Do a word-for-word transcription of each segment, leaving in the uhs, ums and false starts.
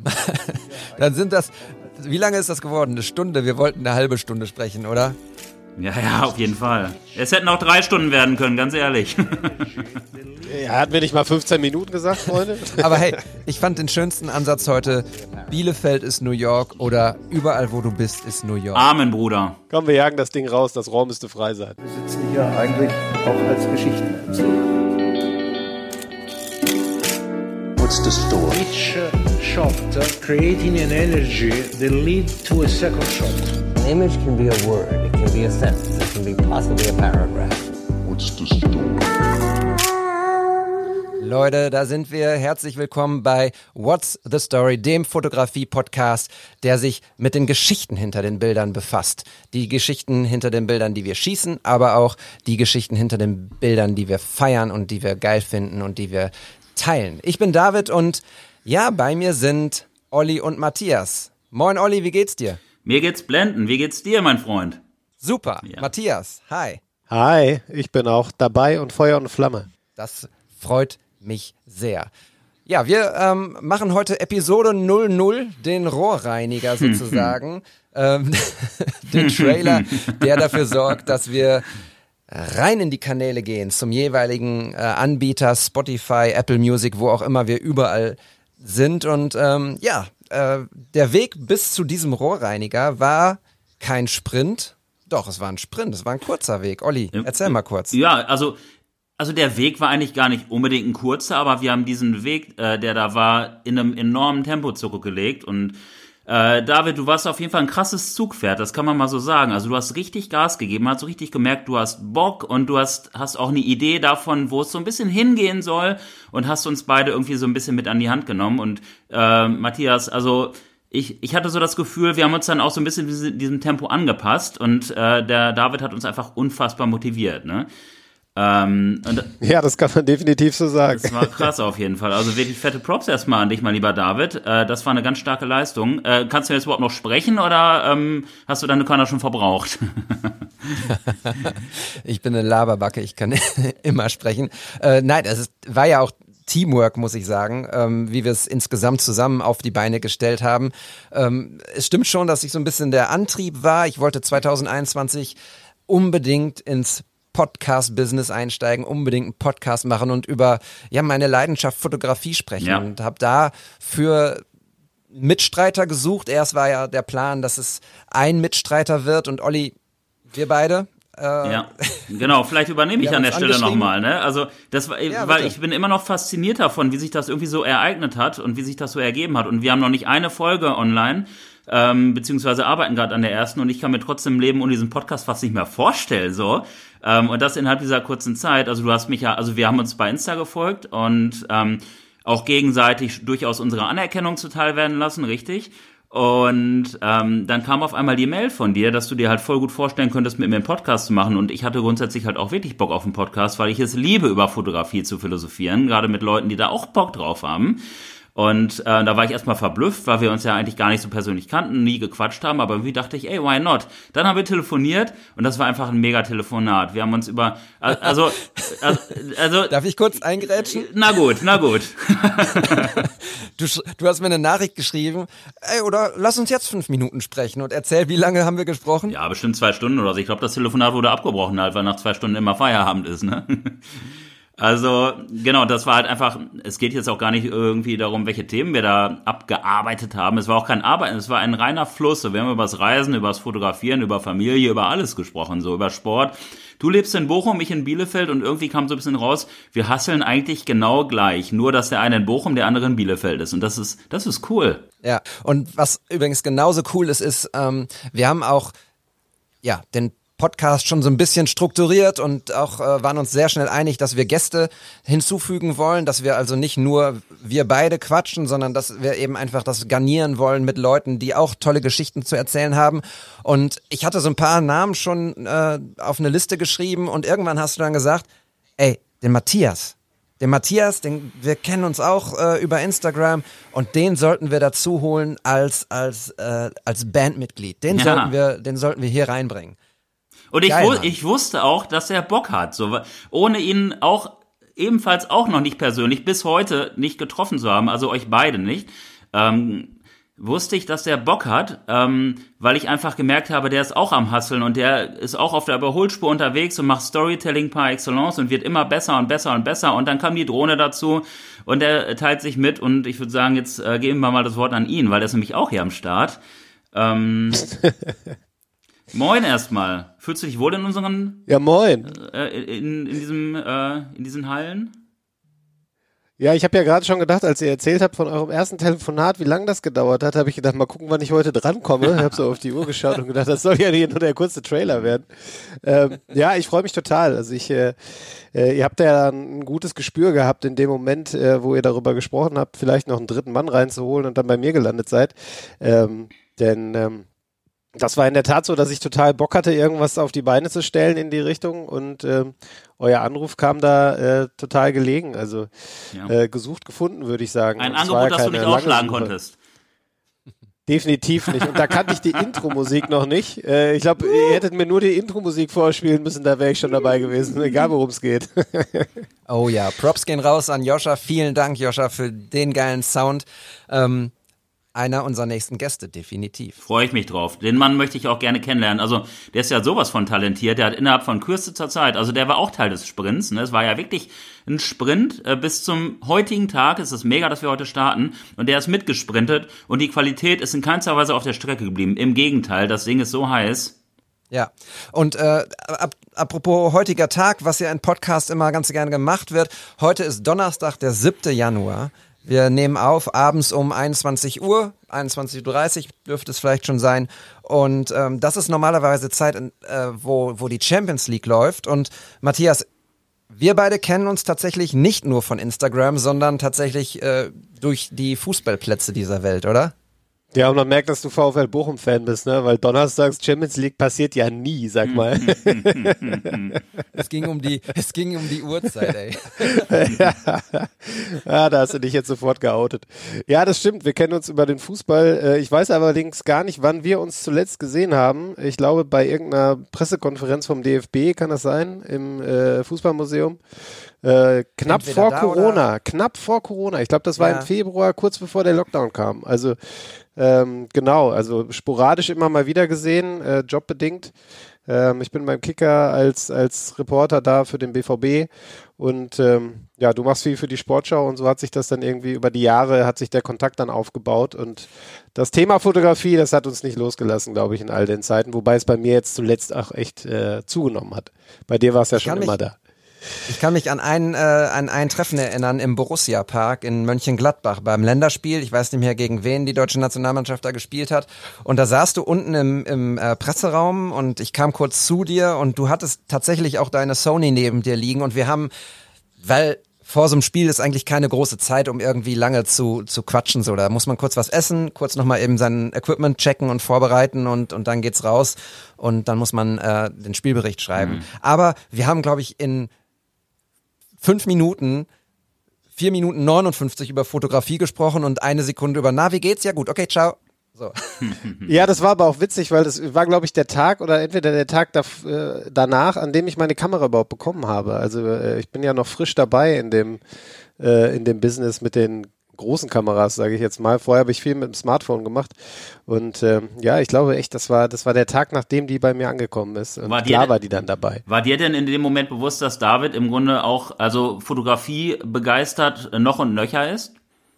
Dann sind das, wie lange ist das geworden? Eine Stunde? Wir wollten eine halbe Stunde sprechen, oder? Ja, ja, auf jeden Fall. Es hätten auch drei Stunden werden können, ganz ehrlich. Ja, hatten wir nicht mal fünfzehn Minuten gesagt, Freunde? Aber hey, ich fand den schönsten Ansatz heute, Bielefeld ist New York oder überall, wo du bist, ist New York. Amen, Bruder. Komm, wir jagen das Ding raus, das Raum müsste frei sein. Wir sitzen hier eigentlich auch als Geschichtenerzähler. What's the story? Each uh, shot uh, creating an energy that leads to a second shot. An image can be a word, it can be a sentence, it can be possibly a paragraph. What's the story? Leute, da sind wir. Herzlich willkommen bei What's the Story, dem Fotografie-Podcast, der sich mit den Geschichten hinter den Bildern befasst. Die Geschichten hinter den Bildern, die wir schießen, aber auch die Geschichten hinter den Bildern, die wir feiern und die wir geil finden und die wir teilen. Ich bin David und ja, bei mir sind Olli und Matthias. Moin Olli, wie geht's dir? Mir geht's blenden. Wie geht's dir, mein Freund? Super. Ja. Matthias, hi. Hi, ich bin auch dabei und Feuer und Flamme. Das freut mich sehr. Ja, wir ähm, machen heute Episode null null, den Rohrreiniger sozusagen. ähm, den Trailer, der dafür sorgt, dass wir rein in die Kanäle gehen, zum jeweiligen äh, Anbieter, Spotify, Apple Music, wo auch immer wir überall sind. Und ähm, ja, äh, der Weg bis zu diesem Rohrreiniger war kein Sprint. Doch, es war ein Sprint, es war ein kurzer Weg. Olli, erzähl mal kurz. Ja, also, also der Weg war eigentlich gar nicht unbedingt ein kurzer, aber wir haben diesen Weg, äh, der da war, in einem enormen Tempo zurückgelegt. Und Äh, David, du warst auf jeden Fall ein krasses Zugpferd, das kann man mal so sagen. Also du hast richtig Gas gegeben, hast so richtig gemerkt, du hast Bock und du hast hast auch eine Idee davon, wo es so ein bisschen hingehen soll und hast uns beide irgendwie so ein bisschen mit an die Hand genommen. Und äh, Matthias, also ich ich hatte so das Gefühl, wir haben uns dann auch so ein bisschen diesem, diesem Tempo angepasst und äh, der David hat uns einfach unfassbar motiviert, ne? Ähm, und ja, das kann man definitiv so sagen. Das war krass auf jeden Fall. Also wirklich fette Props erstmal an dich, mein lieber David. Äh, das war eine ganz starke Leistung. Äh, kannst du jetzt überhaupt noch sprechen oder ähm, hast du deine Körner schon verbraucht? Ich bin eine Laberbacke, ich kann immer sprechen. Äh, nein, es ist, war ja auch Teamwork, muss ich sagen, ähm, wie wir es insgesamt zusammen auf die Beine gestellt haben. Ähm, es stimmt schon, dass ich so ein bisschen der Antrieb war. Ich wollte zwanzig einundzwanzig unbedingt ins Podcast-Business einsteigen, unbedingt einen Podcast machen und über ja meine Leidenschaft Fotografie sprechen ja. und habe da für Mitstreiter gesucht. Erst war ja der Plan, dass es ein Mitstreiter wird und Olli, wir beide. Äh, ja, genau, vielleicht übernehme ich an der Stelle nochmal, ne? Also das war, ja, weil bitte. ich bin immer noch fasziniert davon, wie sich das irgendwie so ereignet hat und wie sich das so ergeben hat. Und wir haben noch nicht eine Folge online. Ähm, beziehungsweise arbeiten gerade an der ersten und ich kann mir trotzdem Leben ohne diesen Podcast fast nicht mehr vorstellen, so. Ähm, und das innerhalb dieser kurzen Zeit. Also du hast mich ja, also wir haben uns bei Insta gefolgt und ähm, auch gegenseitig durchaus unsere Anerkennung zuteil werden lassen, richtig? Und ähm, dann kam auf einmal die Mail von dir, dass du dir halt voll gut vorstellen könntest, mit mir einen Podcast zu machen. Und ich hatte grundsätzlich halt auch wirklich Bock auf einen Podcast, weil ich es liebe, über Fotografie zu philosophieren, gerade mit Leuten, die da auch Bock drauf haben. Und äh, da war ich erstmal verblüfft, weil wir uns ja eigentlich gar nicht so persönlich kannten, nie gequatscht haben, aber irgendwie dachte ich, ey, why not? Dann haben wir telefoniert und das war einfach ein mega Telefonat. Wir haben uns über, also, also, also darf ich kurz eingrätschen? Na gut, na gut. du, du hast mir eine Nachricht geschrieben, ey, oder lass uns jetzt fünf Minuten sprechen und erzähl, wie lange haben wir gesprochen? Ja, bestimmt zwei Stunden oder so. Ich glaube, das Telefonat wurde abgebrochen halt, weil nach zwei Stunden immer Feierabend ist, ne? Also, genau, das war halt einfach, es geht jetzt auch gar nicht irgendwie darum, welche Themen wir da abgearbeitet haben. Es war auch kein Arbeiten, es war ein reiner Fluss. Wir haben über das Reisen, über das Fotografieren, über Familie, über alles gesprochen, so über Sport. Du lebst in Bochum, ich in Bielefeld und irgendwie kam so ein bisschen raus, wir hasseln eigentlich genau gleich. Nur, dass der eine in Bochum, der andere in Bielefeld ist. Und das ist, das ist cool. Ja, und was übrigens genauso cool ist, ist, ähm, wir haben auch, ja, den Podcast schon so ein bisschen strukturiert und auch äh, waren uns sehr schnell einig, dass wir Gäste hinzufügen wollen, dass wir also nicht nur wir beide quatschen, sondern dass wir eben einfach das garnieren wollen mit Leuten, die auch tolle Geschichten zu erzählen haben. Und ich hatte so ein paar Namen schon äh, auf eine Liste geschrieben und irgendwann hast du dann gesagt, ey, den Matthias, den Matthias, den, wir kennen uns auch äh, über Instagram und den sollten wir dazu holen als, als, äh, als Bandmitglied. Den Ja. sollten wir, den sollten wir hier reinbringen. Und ich, Geil, wu- Mann. ich wusste auch, dass er Bock hat. So, ohne ihn auch ebenfalls auch noch nicht persönlich bis heute nicht getroffen zu haben, also euch beide nicht. ähm, wusste ich, dass der Bock hat, ähm, weil ich einfach gemerkt habe, der ist auch am Hustlen und der ist auch auf der Überholspur unterwegs und macht Storytelling par excellence und wird immer besser und besser und besser und dann kam die Drohne dazu und der teilt sich mit und ich würde sagen, jetzt äh, geben wir mal das Wort an ihn, weil der ist nämlich auch hier am Start. Ähm, moin erstmal. Fühlst du dich wohl in unseren... Ja, moin. Äh, in, in, diesem, äh, in diesen Hallen? Ja, ich habe ja gerade schon gedacht, als ihr erzählt habt von eurem ersten Telefonat, wie lange das gedauert hat, habe ich gedacht, mal gucken, wann ich heute drankomme. Ich habe so auf die Uhr geschaut und gedacht, das soll ja nicht nur der kurze Trailer werden. Ähm, ja, ich freue mich total. Also ich, äh, äh, ihr habt ja ein gutes Gespür gehabt in dem Moment, äh, wo ihr darüber gesprochen habt, vielleicht noch einen dritten Mann reinzuholen und dann bei mir gelandet seid. Ähm, denn ähm, das war in der Tat so, dass ich total Bock hatte, irgendwas auf die Beine zu stellen in die Richtung und ähm, euer Anruf kam da äh, total gelegen, also ja. äh, gesucht gefunden, würde ich sagen. Ein und Angebot, das du nicht ausschlagen konntest. Definitiv nicht. Und da kannte ich die Intro-Musik noch nicht. Äh, ich glaube, ihr hättet mir nur die Intro-Musik vorspielen müssen, da wäre ich schon dabei gewesen, egal worum es geht. Oh ja, Props gehen raus an Joscha. Vielen Dank, Joscha, für den geilen Sound. Ähm, Einer unserer nächsten Gäste, definitiv. Freue ich mich drauf. Den Mann möchte ich auch gerne kennenlernen. Also der ist ja sowas von talentiert. Der hat innerhalb von kürzester Zeit, also der war auch Teil des Sprints. Ne? Es war ja wirklich ein Sprint. Äh, bis zum heutigen Tag ist es mega, dass wir heute starten. Und der ist mitgesprintet. Und die Qualität ist in keinster Weise auf der Strecke geblieben. Im Gegenteil, das Ding ist so heiß. Ja, und äh, ap- apropos heutiger Tag, was ja in Podcast immer ganz gerne gemacht wird. Heute ist Donnerstag, der siebte Januar. Wir nehmen auf, abends um einundzwanzig Uhr, einundzwanzig Uhr dreißig dürfte es vielleicht schon sein. Und ähm, das ist normalerweise Zeit, äh, wo, wo die Champions League läuft. Und Matthias, wir beide kennen uns tatsächlich nicht nur von Instagram, sondern tatsächlich äh, durch die Fußballplätze dieser Welt, oder? Ja, und man merkt, dass du VfL Bochum-Fan bist, ne? Weil donnerstags Champions League passiert ja nie, sag mal. Es ging um die, es ging um die Uhrzeit, ey. ja. ja, da hast du dich jetzt sofort geoutet. Ja, das stimmt, wir kennen uns über den Fußball. Ich weiß allerdings gar nicht, wann wir uns zuletzt gesehen haben. Ich glaube, bei irgendeiner Pressekonferenz vom D F B, kann das sein, im äh, Fußballmuseum. Äh, knapp Entweder vor Corona, oder? knapp vor Corona. Ich glaube, das war ja. im Februar, kurz bevor der Lockdown kam. Also ähm, genau, also sporadisch immer mal wieder gesehen, äh, jobbedingt. Ähm, ich bin beim Kicker als als Reporter da für den B V B und ähm, ja, du machst viel für die Sportschau und so hat sich das dann irgendwie über die Jahre, hat sich der Kontakt dann aufgebaut und das Thema Fotografie, das hat uns nicht losgelassen, glaube ich, in all den Zeiten, wobei es bei mir jetzt zuletzt auch echt äh, zugenommen hat. Bei dir war es ja schon immer da. Ich kann mich an ein, äh, an ein Treffen erinnern im Borussia-Park in Mönchengladbach beim Länderspiel. Ich weiß nicht mehr, gegen wen die deutsche Nationalmannschaft da gespielt hat. Und da saßt du unten im, im äh, Presseraum und ich kam kurz zu dir und du hattest tatsächlich auch deine Sony neben dir liegen und wir haben, weil vor so einem Spiel ist eigentlich keine große Zeit, um irgendwie lange zu, zu quatschen. So, da muss man kurz was essen, kurz nochmal eben sein Equipment checken und vorbereiten und, und dann geht's raus und dann muss man äh, den Spielbericht schreiben. Mhm. Aber wir haben, glaube ich, in fünf Minuten, vier Minuten neunundfünfzig über Fotografie gesprochen und eine Sekunde über, na, wie geht's? Ja gut, okay, ciao. So. Ja, das war aber auch witzig, weil das war, glaube ich, der Tag oder entweder der Tag da, äh, danach, an dem ich meine Kamera überhaupt bekommen habe. Also äh, ich bin ja noch frisch dabei in dem, äh, in dem Business mit den großen Kameras, sage ich jetzt mal. Vorher habe ich viel mit dem Smartphone gemacht und ähm, ja, ich glaube echt, das war das war der Tag, nachdem die bei mir angekommen ist und war klar denn, war die dann dabei. War dir denn in dem Moment bewusst, dass David im Grunde auch, also Fotografie begeistert noch und nöcher ist?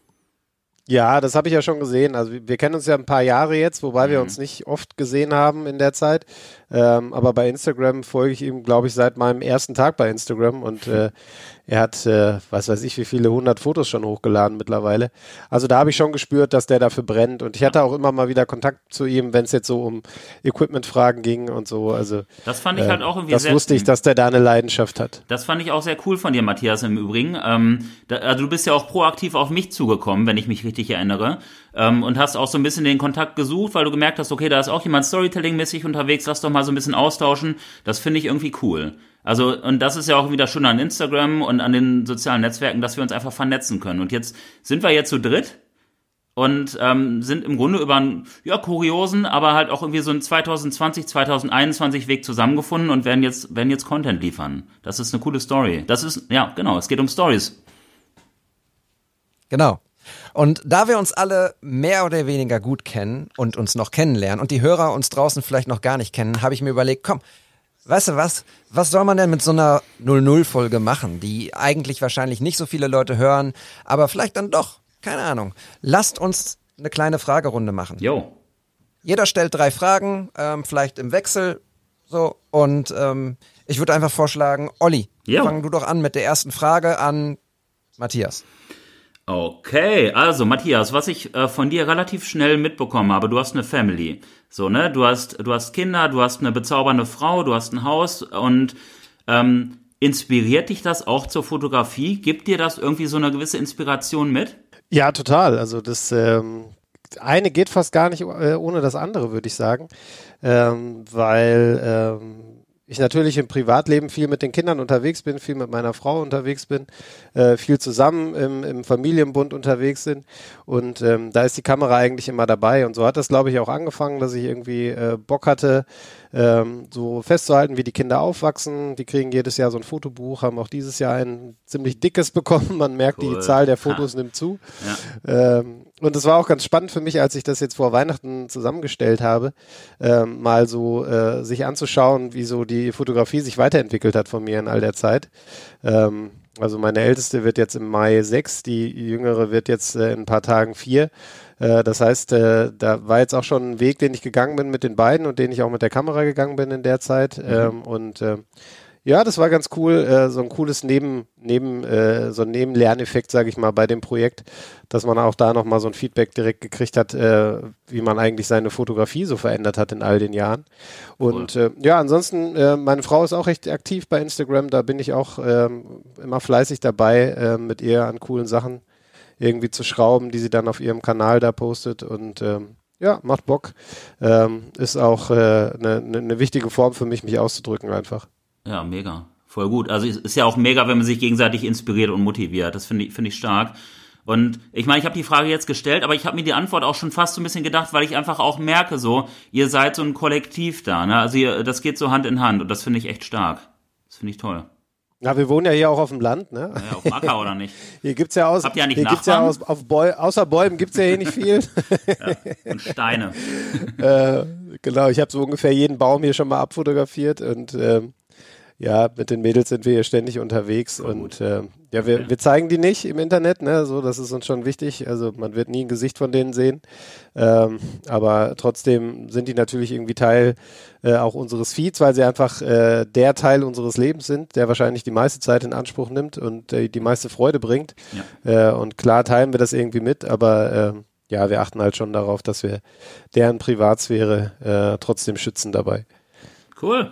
Ja, das habe ich ja schon gesehen. Also wir kennen uns ja ein paar Jahre jetzt, wobei mhm. wir uns nicht oft gesehen haben in der Zeit. Ähm, aber bei Instagram folge ich ihm, glaube ich, seit meinem ersten Tag bei Instagram und äh, er hat, äh, was weiß ich, wie viele hundert Fotos schon hochgeladen mittlerweile. Also da habe ich schon gespürt, dass der dafür brennt und ich hatte auch immer mal wieder Kontakt zu ihm, wenn es jetzt so um Equipment-Fragen ging und so. Also das fand ich äh, halt auch irgendwie das sehr, wusste ich, dass der da eine Leidenschaft hat. Das fand ich auch sehr cool von dir, Matthias, im Übrigen. Ähm, da, also du bist ja auch proaktiv auf mich zugekommen, wenn ich mich richtig erinnere. Ähm, und hast auch so ein bisschen den Kontakt gesucht, weil du gemerkt hast, okay, da ist auch jemand Storytelling-mäßig unterwegs, lass doch mal so ein bisschen austauschen. Das finde ich irgendwie cool. Also, und das ist ja auch wieder schön an Instagram und an den sozialen Netzwerken, dass wir uns einfach vernetzen können. Und jetzt sind wir jetzt zu dritt und ähm, sind im Grunde über einen, ja, kuriosen, aber halt auch irgendwie so einen zwanzig zwanzig, zwanzig einundzwanzig Weg zusammengefunden und werden jetzt, werden jetzt Content liefern. Das ist eine coole Story. Das ist, ja, genau, es geht um Stories. Genau. Und da wir uns alle mehr oder weniger gut kennen und uns noch kennenlernen und die Hörer uns draußen vielleicht noch gar nicht kennen, habe ich mir überlegt, komm, weißt du was, was soll man denn mit so einer null null Folge machen, die eigentlich wahrscheinlich nicht so viele Leute hören, aber vielleicht dann doch, keine Ahnung. Lasst uns eine kleine Fragerunde machen. Jo. Jeder stellt drei Fragen, ähm, vielleicht im Wechsel, so, und ähm, ich würde einfach vorschlagen, Olli, jo. fang du doch an mit der ersten Frage an Matthias. Okay, also Matthias, was ich äh, von dir relativ schnell mitbekommen habe, du hast eine Family, so, ne, du hast, du hast Kinder, du hast eine bezaubernde Frau, du hast ein Haus und ähm, inspiriert dich das auch zur Fotografie? Gibt dir das irgendwie so eine gewisse Inspiration mit? Ja, total. Also das ähm, eine geht fast gar nicht äh, ohne das andere, würde ich sagen, ähm, weil ähm, ich natürlich im Privatleben viel mit den Kindern unterwegs bin, viel mit meiner Frau unterwegs bin, äh, viel zusammen im, im Familienbund unterwegs sind und ähm, da ist die Kamera eigentlich immer dabei und so hat das, glaube ich, auch angefangen, dass ich irgendwie äh, Bock hatte, ähm, so festzuhalten, wie die Kinder aufwachsen. Die kriegen jedes Jahr so ein Fotobuch, haben auch dieses Jahr ein ziemlich dickes bekommen. Man merkt, cool. Die Zahl der Fotos ha. nimmt zu. Ja. Ähm, und es war auch ganz spannend für mich, als ich das jetzt vor Weihnachten zusammengestellt habe, ähm, mal so äh, sich anzuschauen, wie so die Fotografie sich weiterentwickelt hat von mir in all der Zeit. Ähm, also meine Älteste wird jetzt im Mai sechs, die Jüngere wird jetzt äh, in ein paar Tagen vier. Äh, das heißt, äh, da war jetzt auch schon ein Weg, den ich gegangen bin mit den beiden und den ich auch mit der Kamera gegangen bin in der Zeit. Mhm. Ähm, und äh, ja, das war ganz cool, äh, so ein cooles Neben, neben äh, so ein Nebenlerneffekt, sage ich mal, bei dem Projekt, dass man auch da nochmal so ein Feedback direkt gekriegt hat, äh, wie man eigentlich seine Fotografie so verändert hat in all den Jahren. Und cool. äh, ja, ansonsten, äh, meine Frau ist auch recht aktiv bei Instagram, da bin ich auch äh, immer fleißig dabei, äh, mit ihr an coolen Sachen irgendwie zu schrauben, die sie dann auf ihrem Kanal da postet und ähm, ja, macht Bock. Ähm, ist auch eine äh, ne, ne, ne wichtige Form für mich, mich auszudrücken einfach. Ja, mega. Voll gut. Also es ist ja auch mega, wenn man sich gegenseitig inspiriert und motiviert. Das finde ich, finde ich stark. Und ich meine, ich habe die Frage jetzt gestellt, aber ich habe mir die Antwort auch schon fast so ein bisschen gedacht, weil ich einfach auch merke, so, ihr seid so ein Kollektiv da, ne? Also ihr, das geht so Hand in Hand und das finde ich echt stark. Das finde ich toll. Ja, wir wohnen ja hier auch auf dem Land, ne? Ja, auf dem Acker oder nicht? Hier gibt's ja aus, Habt ihr ja nicht hier Nachbarn? gibt's ja aus, auf Bäu- außer Bäumen gibt's ja hier nicht viel. Ja, und Steine. äh, genau, ich habe so ungefähr jeden Baum hier schon mal abfotografiert und ähm, ja, mit den Mädels sind wir hier ständig unterwegs oh, und äh, ja, wir, ja. wir zeigen die nicht im Internet, ne, so, das ist uns schon wichtig, also man wird nie ein Gesicht von denen sehen, ähm, aber trotzdem sind die natürlich irgendwie Teil äh, auch unseres Feeds, weil sie einfach äh, der Teil unseres Lebens sind, der wahrscheinlich die meiste Zeit in Anspruch nimmt und äh, die meiste Freude bringt ja. äh, und klar teilen wir das irgendwie mit, aber äh, ja, wir achten halt schon darauf, dass wir deren Privatsphäre äh, trotzdem schützen dabei. Cool.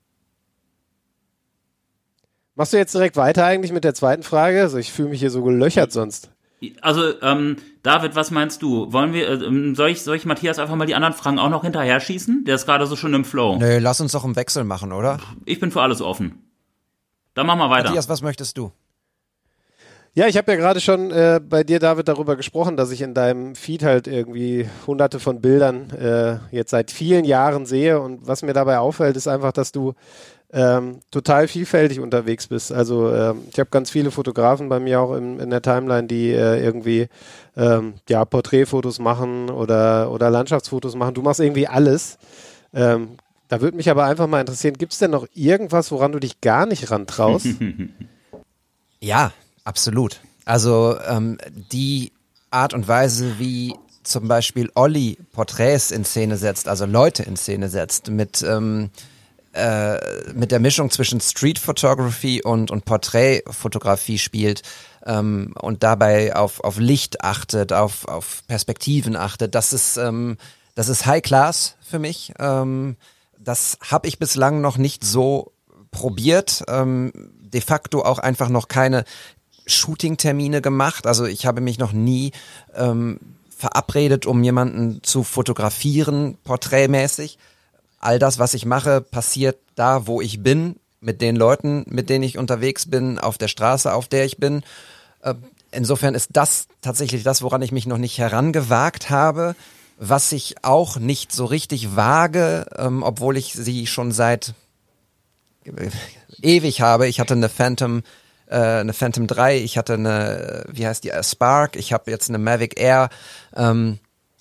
Machst du jetzt direkt weiter eigentlich mit der zweiten Frage? Also ich fühle mich hier so gelöchert sonst. Also, ähm, David, was meinst du? Wollen wir, äh, soll ich, soll ich Matthias einfach mal die anderen Fragen auch noch hinterher schießen? Der ist gerade so schon im Flow. Nö, lass uns doch im Wechsel machen, oder? Ich bin für alles offen. Dann machen wir weiter. Matthias, was möchtest du? Ja, ich habe ja gerade schon äh, bei dir, David, darüber gesprochen, dass ich in deinem Feed halt irgendwie hunderte von Bildern äh, jetzt seit vielen Jahren sehe und was mir dabei auffällt, ist einfach, dass du ähm, total vielfältig unterwegs bist. Also ähm, ich habe ganz viele Fotografen bei mir auch in, in der Timeline, die äh, irgendwie ähm, ja, Porträtfotos machen oder, oder Landschaftsfotos machen. Du machst irgendwie alles. Ähm, da würde mich aber einfach mal interessieren, gibt es denn noch irgendwas, woran du dich gar nicht rantraust? Ja, absolut. Also ähm, die Art und Weise, wie zum Beispiel Olli Porträts in Szene setzt, also Leute in Szene setzt, mit ähm, äh, mit der Mischung zwischen Street Photography und, und Porträtfotografie spielt ähm, und dabei auf, auf Licht achtet, auf, auf Perspektiven achtet, das ist, ähm, das ist High Class für mich. Ähm, das habe ich bislang noch nicht so probiert. Ähm, de facto auch einfach noch keine Shooting-Termine gemacht. Also ich habe mich noch nie ähm, verabredet, um jemanden zu fotografieren, porträtmäßig. All das, was ich mache, passiert da, wo ich bin, mit den Leuten, mit denen ich unterwegs bin, auf der Straße, auf der ich bin. Äh, insofern ist das tatsächlich das, woran ich mich noch nicht herangewagt habe, was ich auch nicht so richtig wage, ähm, obwohl ich sie schon seit äh, ewig habe. Ich hatte eine Phantom äh, eine Phantom drei, ich hatte eine, wie heißt die, Spark, ich habe jetzt eine Mavic Air, ähm,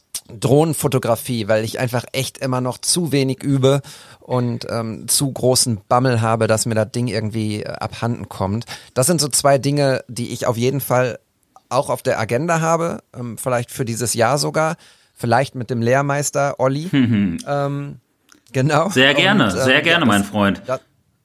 Drohnenfotografie, weil ich einfach echt immer noch zu wenig übe und ähm, zu großen Bammel habe, dass mir das Ding irgendwie äh, abhanden kommt. Das sind so zwei Dinge, die ich auf jeden Fall auch auf der Agenda habe, ähm, vielleicht für dieses Jahr sogar, vielleicht mit dem Lehrmeister Olli. ähm, genau. Sehr gerne, und, ähm, sehr gerne, ja, das, mein Freund. Das,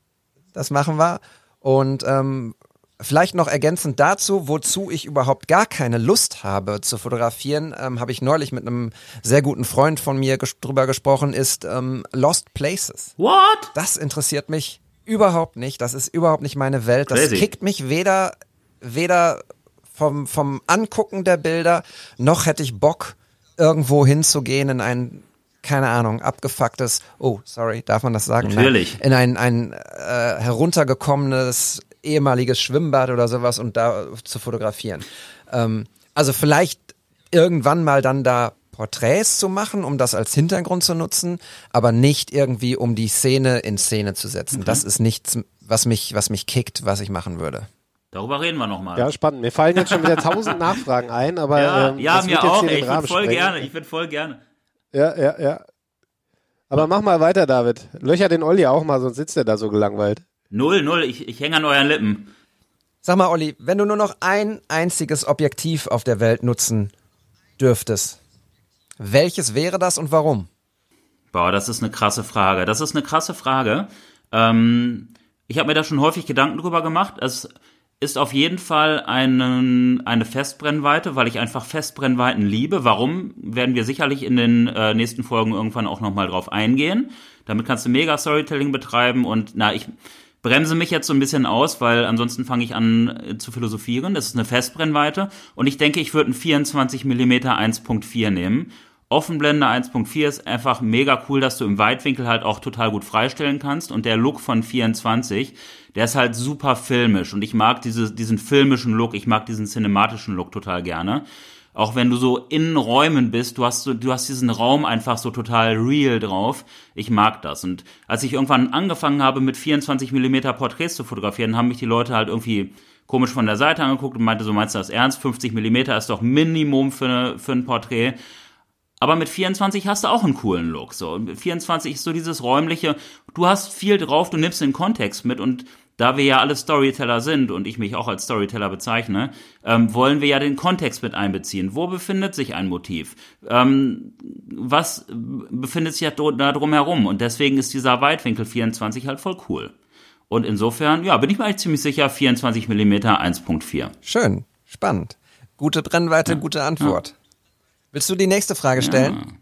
das machen wir und ähm, vielleicht noch ergänzend dazu, wozu ich überhaupt gar keine Lust habe zu fotografieren, ähm, habe ich neulich mit einem sehr guten Freund von mir ges- drüber gesprochen, ist ähm, Lost Places. What? Das interessiert mich überhaupt nicht, das ist überhaupt nicht meine Welt, das Crazy. kickt mich weder, weder vom, vom Angucken der Bilder, noch hätte ich Bock, irgendwo hinzugehen in ein, keine Ahnung, abgefucktes, oh, sorry, darf man das sagen? Natürlich. Nein, in ein, ein äh, heruntergekommenes ehemaliges Schwimmbad oder sowas und da zu fotografieren. Ähm, also vielleicht irgendwann mal dann da Porträts zu machen, um das als Hintergrund zu nutzen, aber nicht irgendwie, um die Szene in Szene zu setzen. Okay. Das ist nichts, was mich, was mich kickt, was ich machen würde. Darüber reden wir nochmal. Ja, spannend. Mir fallen jetzt schon wieder tausend Nachfragen ein, aber ja, ähm, ja das mir wird jetzt auch. hier Ey, den ich Rahmen würde voll sprengen. gerne, ich würde voll gerne. Ja, ja, ja. Aber mach mal weiter, David. Löcher den Olli auch mal, sonst sitzt er da so gelangweilt. Null, null, ich, ich hänge an euren Lippen. Sag mal, Olli, wenn du nur noch ein einziges Objektiv auf der Welt nutzen dürftest, welches wäre das und warum? Boah, das ist eine krasse Frage. Das ist eine krasse Frage. Ähm, ich habe mir da schon häufig Gedanken drüber gemacht. Es ist auf jeden Fall einen, eine Festbrennweite, weil ich einfach Festbrennweiten liebe. Warum, werden wir sicherlich in den äh, nächsten Folgen irgendwann auch nochmal drauf eingehen. Damit kannst du mega Storytelling betreiben und na, ich bremse mich jetzt so ein bisschen aus, weil ansonsten fange ich an äh, zu philosophieren. Das ist eine Festbrennweite und ich denke, ich würde einen vierundzwanzig Millimeter eins Komma vier nehmen. Offenblende eins Komma vier ist einfach mega cool, dass du im Weitwinkel halt auch total gut freistellen kannst und der Look von vierundzwanzig, der ist halt super filmisch und ich mag diese, diesen filmischen Look, ich mag diesen cinematischen Look total gerne. Auch wenn du so in Räumen bist, du hast so, du hast diesen Raum einfach so total real drauf. Ich mag das. Und als ich irgendwann angefangen habe, mit vierundzwanzig Millimeter Porträts zu fotografieren, haben mich die Leute halt irgendwie komisch von der Seite angeguckt und meinte, so meinst du das ernst? fünfzig Millimeter ist doch Minimum für, für ein Porträt. Aber mit vierundzwanzig hast du auch einen coolen Look. So. Und mit vierundzwanzig ist so dieses räumliche, du hast viel drauf, du nimmst den Kontext mit und da wir ja alle Storyteller sind und ich mich auch als Storyteller bezeichne, ähm, wollen wir ja den Kontext mit einbeziehen. Wo befindet sich ein Motiv? Ähm, was befindet sich ja da drum herum? Und deswegen ist dieser Weitwinkel vierundzwanzig halt voll cool. Und insofern, ja, bin ich mir eigentlich ziemlich sicher, vierundzwanzig Millimeter eins Komma vier. Schön, spannend. Gute Brennweite, Ja. gute Antwort. Ja. Willst du die nächste Frage stellen?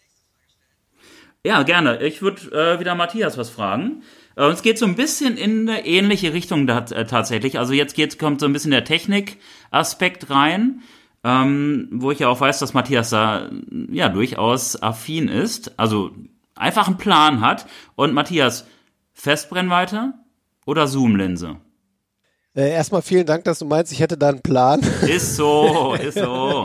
Ja, ja gerne. Ich würde äh, wieder Matthias was fragen. Äh, es geht so ein bisschen in eine ähnliche Richtung da, äh, tatsächlich. Also jetzt geht's, kommt so ein bisschen der Technik-Aspekt rein, ähm, wo ich ja auch weiß, dass Matthias da ja durchaus affin ist. Also einfach einen Plan hat. Und Matthias, Festbrennweite oder Zoomlinse? Äh, erstmal vielen Dank, dass du meinst, ich hätte da einen Plan. Ist so, ist so.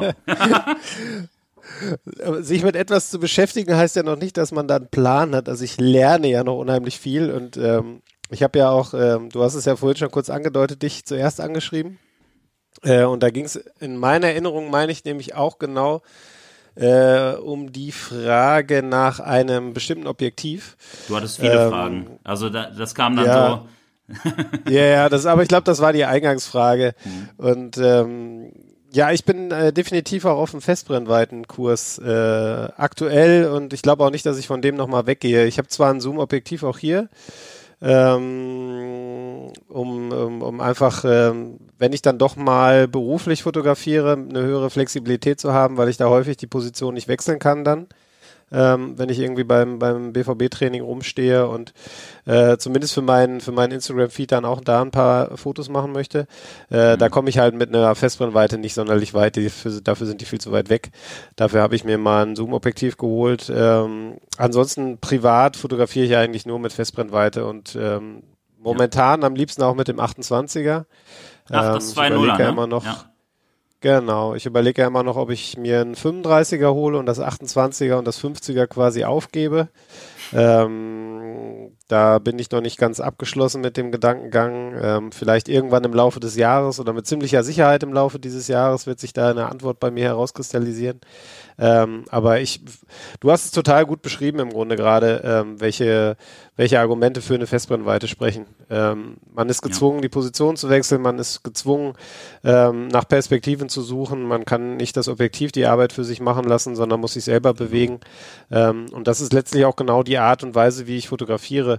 Sich mit etwas zu beschäftigen, heißt ja noch nicht, dass man da einen Plan hat. Also ich lerne ja noch unheimlich viel und ähm, ich habe ja auch, ähm, du hast es ja vorhin schon kurz angedeutet, dich zuerst angeschrieben. Äh, und da ging es in meiner Erinnerung, meine ich, nämlich auch genau äh, um die Frage nach einem bestimmten Objektiv. Du hattest viele Ähm, Fragen. Also da, das kam dann ja. so. Ja, ja, das, aber ich glaube, das war die Eingangsfrage. Mhm. Und ähm, ja, ich bin äh, definitiv auch auf dem Festbrennweitenkurs äh, aktuell und ich glaube auch nicht, dass ich von dem nochmal weggehe. Ich habe zwar ein Zoom-Objektiv auch hier, ähm, um, um, um einfach, ähm, wenn ich dann doch mal beruflich fotografiere, eine höhere Flexibilität zu haben, weil ich da häufig die Position nicht wechseln kann dann. Ähm, wenn ich irgendwie beim, beim B V B-Training rumstehe und äh, zumindest für meinen für meinen Instagram-Feed dann auch da ein paar Fotos machen möchte. Äh, mhm. Da komme ich halt mit einer Festbrennweite nicht sonderlich weit, die, für, dafür sind die viel zu weit weg. Dafür habe ich mir mal ein Zoom-Objektiv geholt. Ähm, ansonsten privat fotografiere ich eigentlich nur mit Festbrennweite und ähm, momentan ja. am liebsten auch mit dem achtundzwanziger. Ach, das zwei null, ähm, ne? Ja immer noch, ja. Genau, ich überlege ja immer noch, ob ich mir einen fünfunddreißiger hole und das achtundzwanziger und das fünfziger quasi aufgebe. Ähm, da bin ich noch nicht ganz abgeschlossen mit dem Gedankengang. Ähm, vielleicht irgendwann im Laufe des Jahres oder mit ziemlicher Sicherheit im Laufe dieses Jahres wird sich da eine Antwort bei mir herauskristallisieren. Ähm, aber ich, du hast es total gut beschrieben im Grunde gerade, ähm, welche, welche Argumente für eine Festbrennweite sprechen. Ähm, man ist gezwungen, ja. die Position zu wechseln, man ist gezwungen, ähm, nach Perspektiven zu suchen, man kann nicht das Objektiv die Arbeit für sich machen lassen, sondern muss sich selber bewegen. Ähm, und das ist letztlich auch genau die Art und Weise, wie ich fotografiere.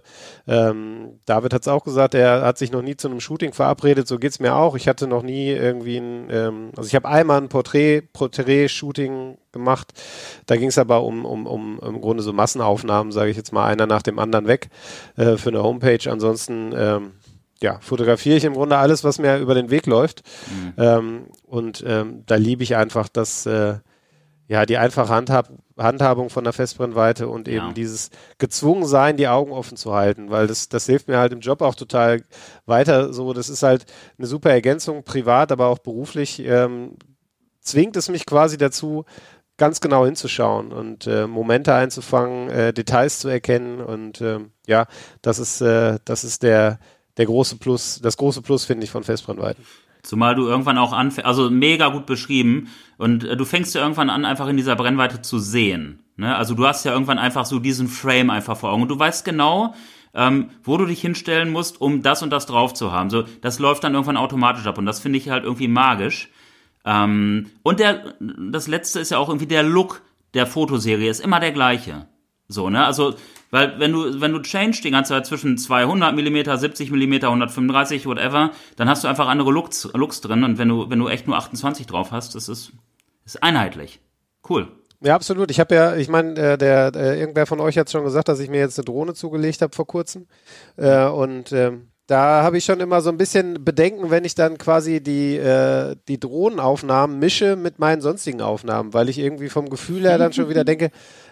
Ähm, David hat es auch gesagt, er hat sich noch nie zu einem Shooting verabredet, so geht's mir auch. Ich hatte noch nie irgendwie ein, ähm, also ich habe einmal ein Porträt, Porträt-Shooting gemacht. Da ging es aber um, um, um im Grunde so Massenaufnahmen, sage ich jetzt mal, einer nach dem anderen weg äh, für eine Homepage. Ansonsten ähm, ja, fotografiere ich im Grunde alles, was mir über den Weg läuft. Mhm. Ähm, und ähm, da liebe ich einfach das, äh, ja, die einfache Handhab Handhabung von der Festbrennweite und eben ja. dieses Gezwungensein, die Augen offen zu halten, weil das, das hilft mir halt im Job auch total weiter. So, das ist halt eine super Ergänzung, privat, aber auch beruflich. Ähm, zwingt es mich quasi dazu, ganz genau hinzuschauen und äh, Momente einzufangen, äh, Details zu erkennen und ähm, ja, das ist äh, das ist der der große Plus, das große Plus finde ich von Festbrennweiten. Zumal du irgendwann auch anfängst, also mega gut beschrieben und äh, du fängst ja irgendwann an, einfach in dieser Brennweite zu sehen. Ne? Also du hast ja irgendwann einfach so diesen Frame einfach vor Augen und du weißt genau, ähm, wo du dich hinstellen musst, um das und das drauf zu haben. So, das läuft dann irgendwann automatisch ab und das finde ich halt irgendwie magisch. Ähm, und der, das letzte ist ja auch irgendwie der Look der Fotoserie ist immer der gleiche. So, ne? Also, weil wenn du, wenn du change die ganze Zeit zwischen zweihundert Millimeter, siebzig Millimeter, hundertfünfunddreißig, whatever, dann hast du einfach andere Looks, Looks drin und wenn du, wenn du echt nur achtundzwanzig drauf hast, das ist, ist einheitlich. Cool. Ja, absolut. Ich habe ja, ich meine, äh, der, der irgendwer von euch hat schon gesagt, dass ich mir jetzt eine Drohne zugelegt habe vor kurzem. Äh, und ähm, da habe ich schon immer so ein bisschen Bedenken, wenn ich dann quasi die, äh, die Drohnenaufnahmen mische mit meinen sonstigen Aufnahmen, weil ich irgendwie vom Gefühl her dann schon wieder denke,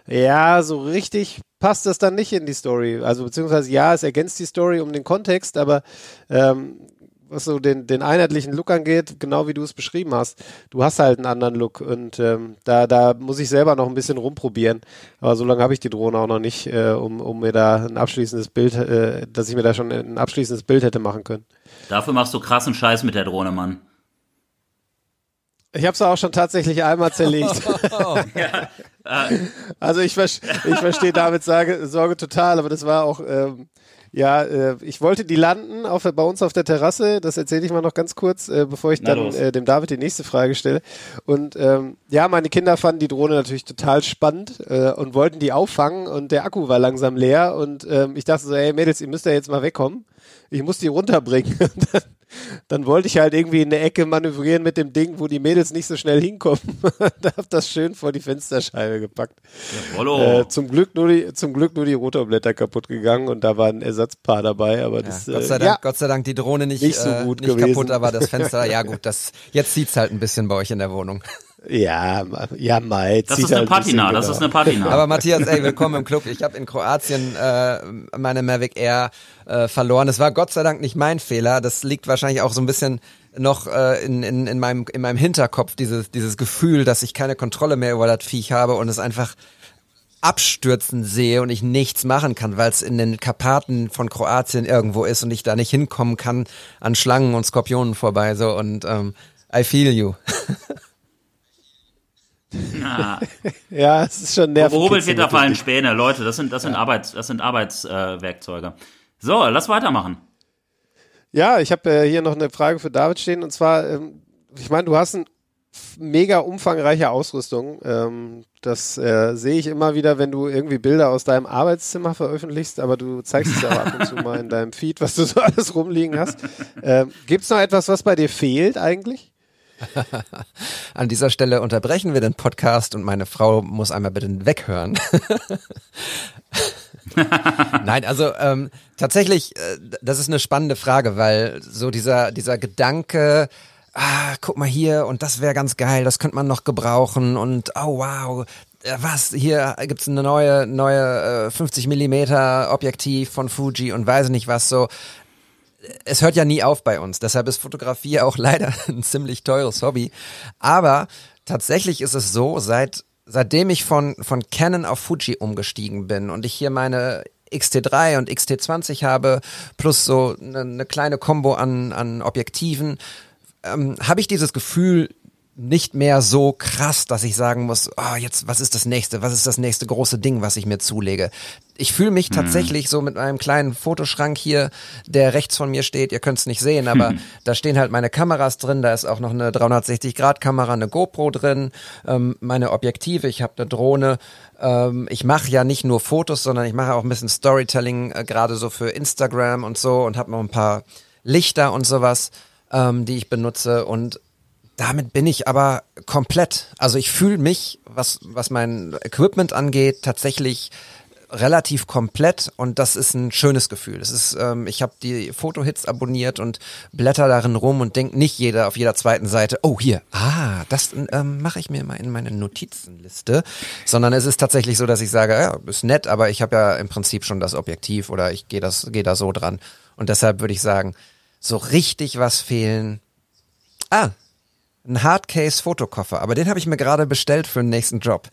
ja, so richtig passt das dann nicht in die Story. Also beziehungsweise ja, es ergänzt die Story um den Kontext, aber ähm, was so den, den einheitlichen Look angeht, genau wie du es beschrieben hast, du hast halt einen anderen Look und ähm, da, da muss ich selber noch ein bisschen rumprobieren, aber so lange habe ich die Drohne auch noch nicht, äh, um, um mir da ein abschließendes Bild, äh, dass ich mir da schon ein abschließendes Bild hätte machen können. Dafür machst du krassen Scheiß mit der Drohne, Mann. Ich habe es auch schon tatsächlich einmal zerlegt. ja. Also ich, ich verstehe Davids Sorge, Sorge total, aber das war auch... Ähm, Ja, äh, ich wollte die landen auf, bei uns auf der Terrasse, das erzähle ich mal noch ganz kurz, äh, bevor ich Na dann äh, dem David die nächste Frage stelle. Und ähm, ja, meine Kinder fanden die Drohne natürlich total spannend äh, und wollten die auffangen und der Akku war langsam leer und ähm, ich dachte so, ey Mädels, ihr müsst ja jetzt mal wegkommen. Ich muss die runterbringen. Und dann, dann wollte ich halt irgendwie in eine Ecke manövrieren mit dem Ding, wo die Mädels nicht so schnell hinkommen. Da hab das schön vor die Fensterscheibe gepackt. Ja, äh, zum Glück nur die, zum Glück nur die Rotorblätter kaputt gegangen und da war ein Ersatzpaar dabei. Aber das, ja, Gott sei äh, Dank, ja. Gott sei Dank die Drohne nicht, nicht, so gut äh, nicht gewesen. kaputt, aber das Fenster, ja gut, das jetzt sieht's halt ein bisschen bei euch in der Wohnung. Ja, ja, Mai. Das ist eine halt Patina, ein das ist eine Patina. Aber Matthias, ey, willkommen im Club. Ich habe in Kroatien äh, meine Mavic Air äh, verloren. Es war Gott sei Dank nicht mein Fehler. Das liegt wahrscheinlich auch so ein bisschen noch äh, in, in, in, meinem, in meinem Hinterkopf, dieses, dieses Gefühl, dass ich keine Kontrolle mehr über das Viech habe und es einfach abstürzen sehe und ich nichts machen kann, weil es in den Karpaten von Kroatien irgendwo ist und ich da nicht hinkommen kann an Schlangen und Skorpionen vorbei. So und ähm, I feel you. Na. Ja, es ist schon nervig. Gehobelt wird da fallen Späne, Leute, das sind, das sind ja. Arbeits, das sind Arbeitswerkzeuge. Äh, so, lass weitermachen. Ja, ich habe äh, hier noch eine Frage für David stehen und zwar, ähm, ich meine, du hast eine mega umfangreiche Ausrüstung. Ähm, das äh, sehe ich immer wieder, wenn du irgendwie Bilder aus deinem Arbeitszimmer veröffentlichst, aber du zeigst es ja auch ab und zu mal in deinem Feed, was du so alles rumliegen hast. Ähm, gibt's noch etwas, was bei dir fehlt eigentlich? An dieser Stelle unterbrechen wir den Podcast und meine Frau muss einmal bitte weghören. Nein, also ähm, tatsächlich, äh, das ist eine spannende Frage, weil so dieser dieser Gedanke, ah, guck mal hier und das wäre ganz geil, das könnte man noch gebrauchen und oh wow, was, hier gibt's eine neue neue äh, fünfzig Millimeter Objektiv von Fuji und weiß nicht was so. Es hört ja nie auf bei uns, deshalb ist Fotografie auch leider ein ziemlich teures Hobby, aber tatsächlich ist es so, seit seitdem ich von, von Canon auf Fuji umgestiegen bin und ich hier meine X T drei und X T zwanzig habe, plus so eine, eine kleine Kombo an, an Objektiven, ähm, habe ich dieses Gefühl nicht mehr so krass, dass ich sagen muss, oh, jetzt, was ist das nächste, was ist das nächste große Ding, was ich mir zulege. Ich fühle mich mhm. tatsächlich so mit meinem kleinen Fotoschrank hier, der rechts von mir steht, ihr könnt es nicht sehen, aber mhm. da stehen halt meine Kameras drin, da ist auch noch eine dreihundertsechzig Grad Kamera, eine GoPro drin, ähm, meine Objektive, ich habe eine Drohne, ähm, ich mache ja nicht nur Fotos, sondern ich mache auch ein bisschen Storytelling, äh, gerade so für Instagram und so und habe noch ein paar Lichter und sowas, ähm, die ich benutze und damit bin ich aber komplett, also ich fühle mich, was was mein Equipment angeht, tatsächlich relativ komplett und das ist ein schönes Gefühl. Es ist, ähm, ich habe die Fotohits abonniert und blätter darin rum und denke nicht jeder auf jeder zweiten Seite, oh hier, ah, das ähm, mache ich mir mal in meine Notizenliste, sondern es ist tatsächlich so, dass ich sage, ja, ist nett, aber ich habe ja im Prinzip schon das Objektiv oder ich gehe das gehe da so dran und deshalb würde ich sagen, so richtig was fehlen. Ah, ein Hardcase-Fotokoffer, aber den habe ich mir gerade bestellt für den nächsten Job.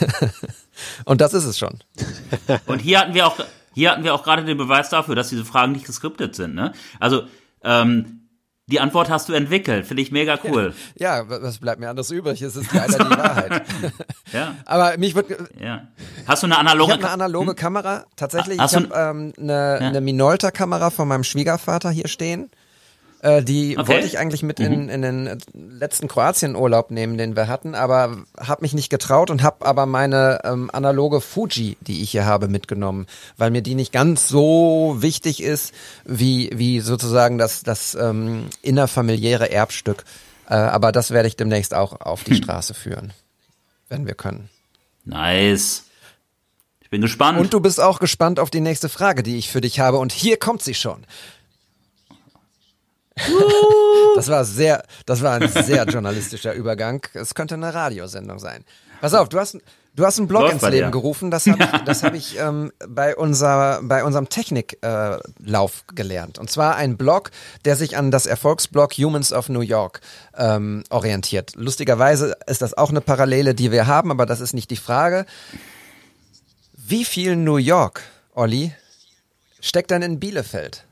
Und das ist es schon. Und hier hatten wir auch, hier hatten wir auch gerade den Beweis dafür, dass diese Fragen nicht geskriptet sind. Ne? Also ähm, die Antwort hast du entwickelt, finde ich mega cool. Ja, was bleibt mir anderes übrig? Es ist leider die Wahrheit. Ja. Aber mich wird. Ja. Hast du eine analoge? Ich habe eine analoge hm? Kamera. Tatsächlich. Hast ich habe ähm, eine, ja. eine Minolta-Kamera von meinem Schwiegervater hier stehen. Äh, die okay. wollte ich eigentlich mit in, in den letzten Kroatien-Urlaub nehmen, den wir hatten, aber habe mich nicht getraut und habe aber meine ähm, analoge Fuji, die ich hier habe, mitgenommen, weil mir die nicht ganz so wichtig ist, wie wie sozusagen das, das ähm, innerfamiliäre Erbstück. Äh, aber das werde ich demnächst auch auf die hm. Straße führen, wenn wir können. Nice. Ich bin gespannt. Und du bist auch gespannt auf die nächste Frage, die ich für dich habe. Und hier kommt sie schon. Das war sehr, das war ein sehr journalistischer Übergang. Es könnte eine Radiosendung sein. Pass auf, du hast, du hast einen Blog Läuft ins Leben dir. gerufen. Das habe ich, das habe ich ähm, bei unser, bei unserem Techniklauf äh, gelernt. Und zwar ein Blog, der sich an das Erfolgsblog Humans of New York ähm, orientiert. Lustigerweise ist das auch eine Parallele, die wir haben, aber das ist nicht die Frage. Wie viel New York, Olli, steckt denn in Bielefeld?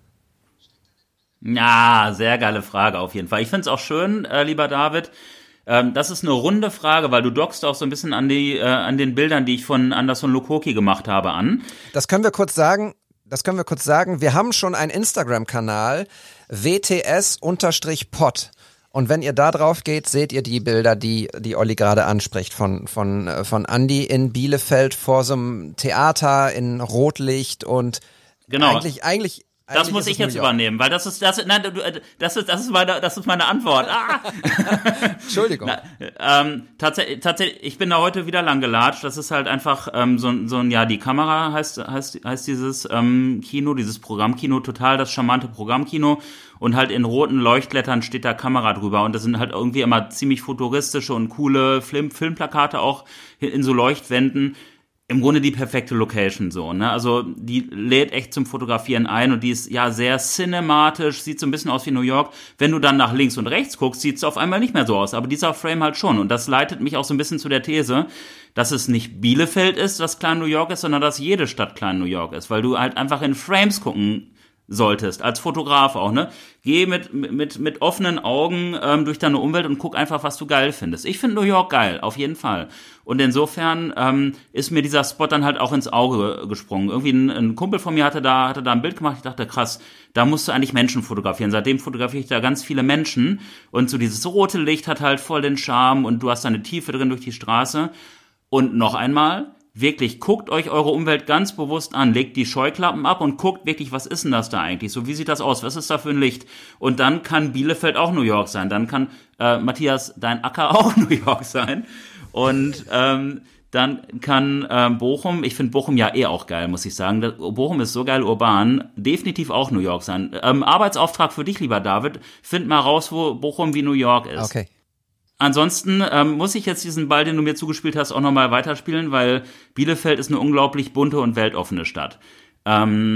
Ja, sehr geile Frage auf jeden Fall. Ich finde es auch schön, äh, lieber David. Ähm, das ist eine runde Frage, weil du dockst auch so ein bisschen an die äh, an den Bildern, die ich von Anderson Lukoki gemacht habe, an. Das können wir kurz sagen. Das können wir kurz sagen. Wir haben schon einen Instagram-Kanal, W T S Pod. Und wenn ihr da drauf geht, seht ihr die Bilder, die die Olli gerade anspricht, von von von Andi in Bielefeld vor so einem Theater in Rotlicht und genau. eigentlich eigentlich Das muss ich jetzt übernehmen, weil das ist das nein, das ist das ist meine das ist meine Antwort. Ah! Entschuldigung. Na, ähm, tatsächlich tatsächlich ich bin da heute wieder lang gelatscht. Das ist halt einfach ähm, so so ein ja, die Kamera heißt heißt heißt dieses ähm, Kino, dieses Programmkino, total das charmante Programmkino und halt in roten Leuchtlettern steht da Kamera drüber und das sind halt irgendwie immer ziemlich futuristische und coole Film Filmplakate auch in so Leuchtwänden. Im Grunde die perfekte Location so, ne? Also die lädt echt zum Fotografieren ein und die ist ja sehr cinematisch, sieht so ein bisschen aus wie New York. Wenn du dann nach links und rechts guckst, sieht es auf einmal nicht mehr so aus, aber dieser Frame halt schon. Und das leitet mich auch so ein bisschen zu der These, dass es nicht Bielefeld ist, das Klein New York ist, sondern dass jede Stadt Klein New York ist, weil du halt einfach in Frames gucken solltest, als Fotograf auch, ne? Geh mit mit mit offenen Augen ähm, durch deine Umwelt und guck einfach, was du geil findest. Ich finde New York geil, auf jeden Fall. Und insofern ähm, ist mir dieser Spot dann halt auch ins Auge gesprungen. Irgendwie ein, ein Kumpel von mir hatte da hatte da ein Bild gemacht. Ich dachte, krass, da musst du eigentlich Menschen fotografieren. Seitdem fotografiere ich da ganz viele Menschen. Und so dieses rote Licht hat halt voll den Charme und du hast da eine Tiefe drin durch die Straße. Und noch einmal, wirklich, guckt euch eure Umwelt ganz bewusst an, legt die Scheuklappen ab und guckt wirklich, was ist denn das da eigentlich? So, wie sieht das aus? Was ist da für ein Licht? Und dann kann Bielefeld auch New York sein. Dann kann, äh, Matthias, dein Acker auch New York sein. Und ähm, dann kann ähm, Bochum, ich finde Bochum ja eh auch geil, muss ich sagen. Das, Bochum ist so geil urban, definitiv auch New York sein. Ähm, Arbeitsauftrag für dich, lieber David, find mal raus, wo Bochum wie New York ist. Okay. Ansonsten ähm, muss ich jetzt diesen Ball, den du mir zugespielt hast, auch nochmal weiterspielen, weil Bielefeld ist eine unglaublich bunte und weltoffene Stadt. Ähm,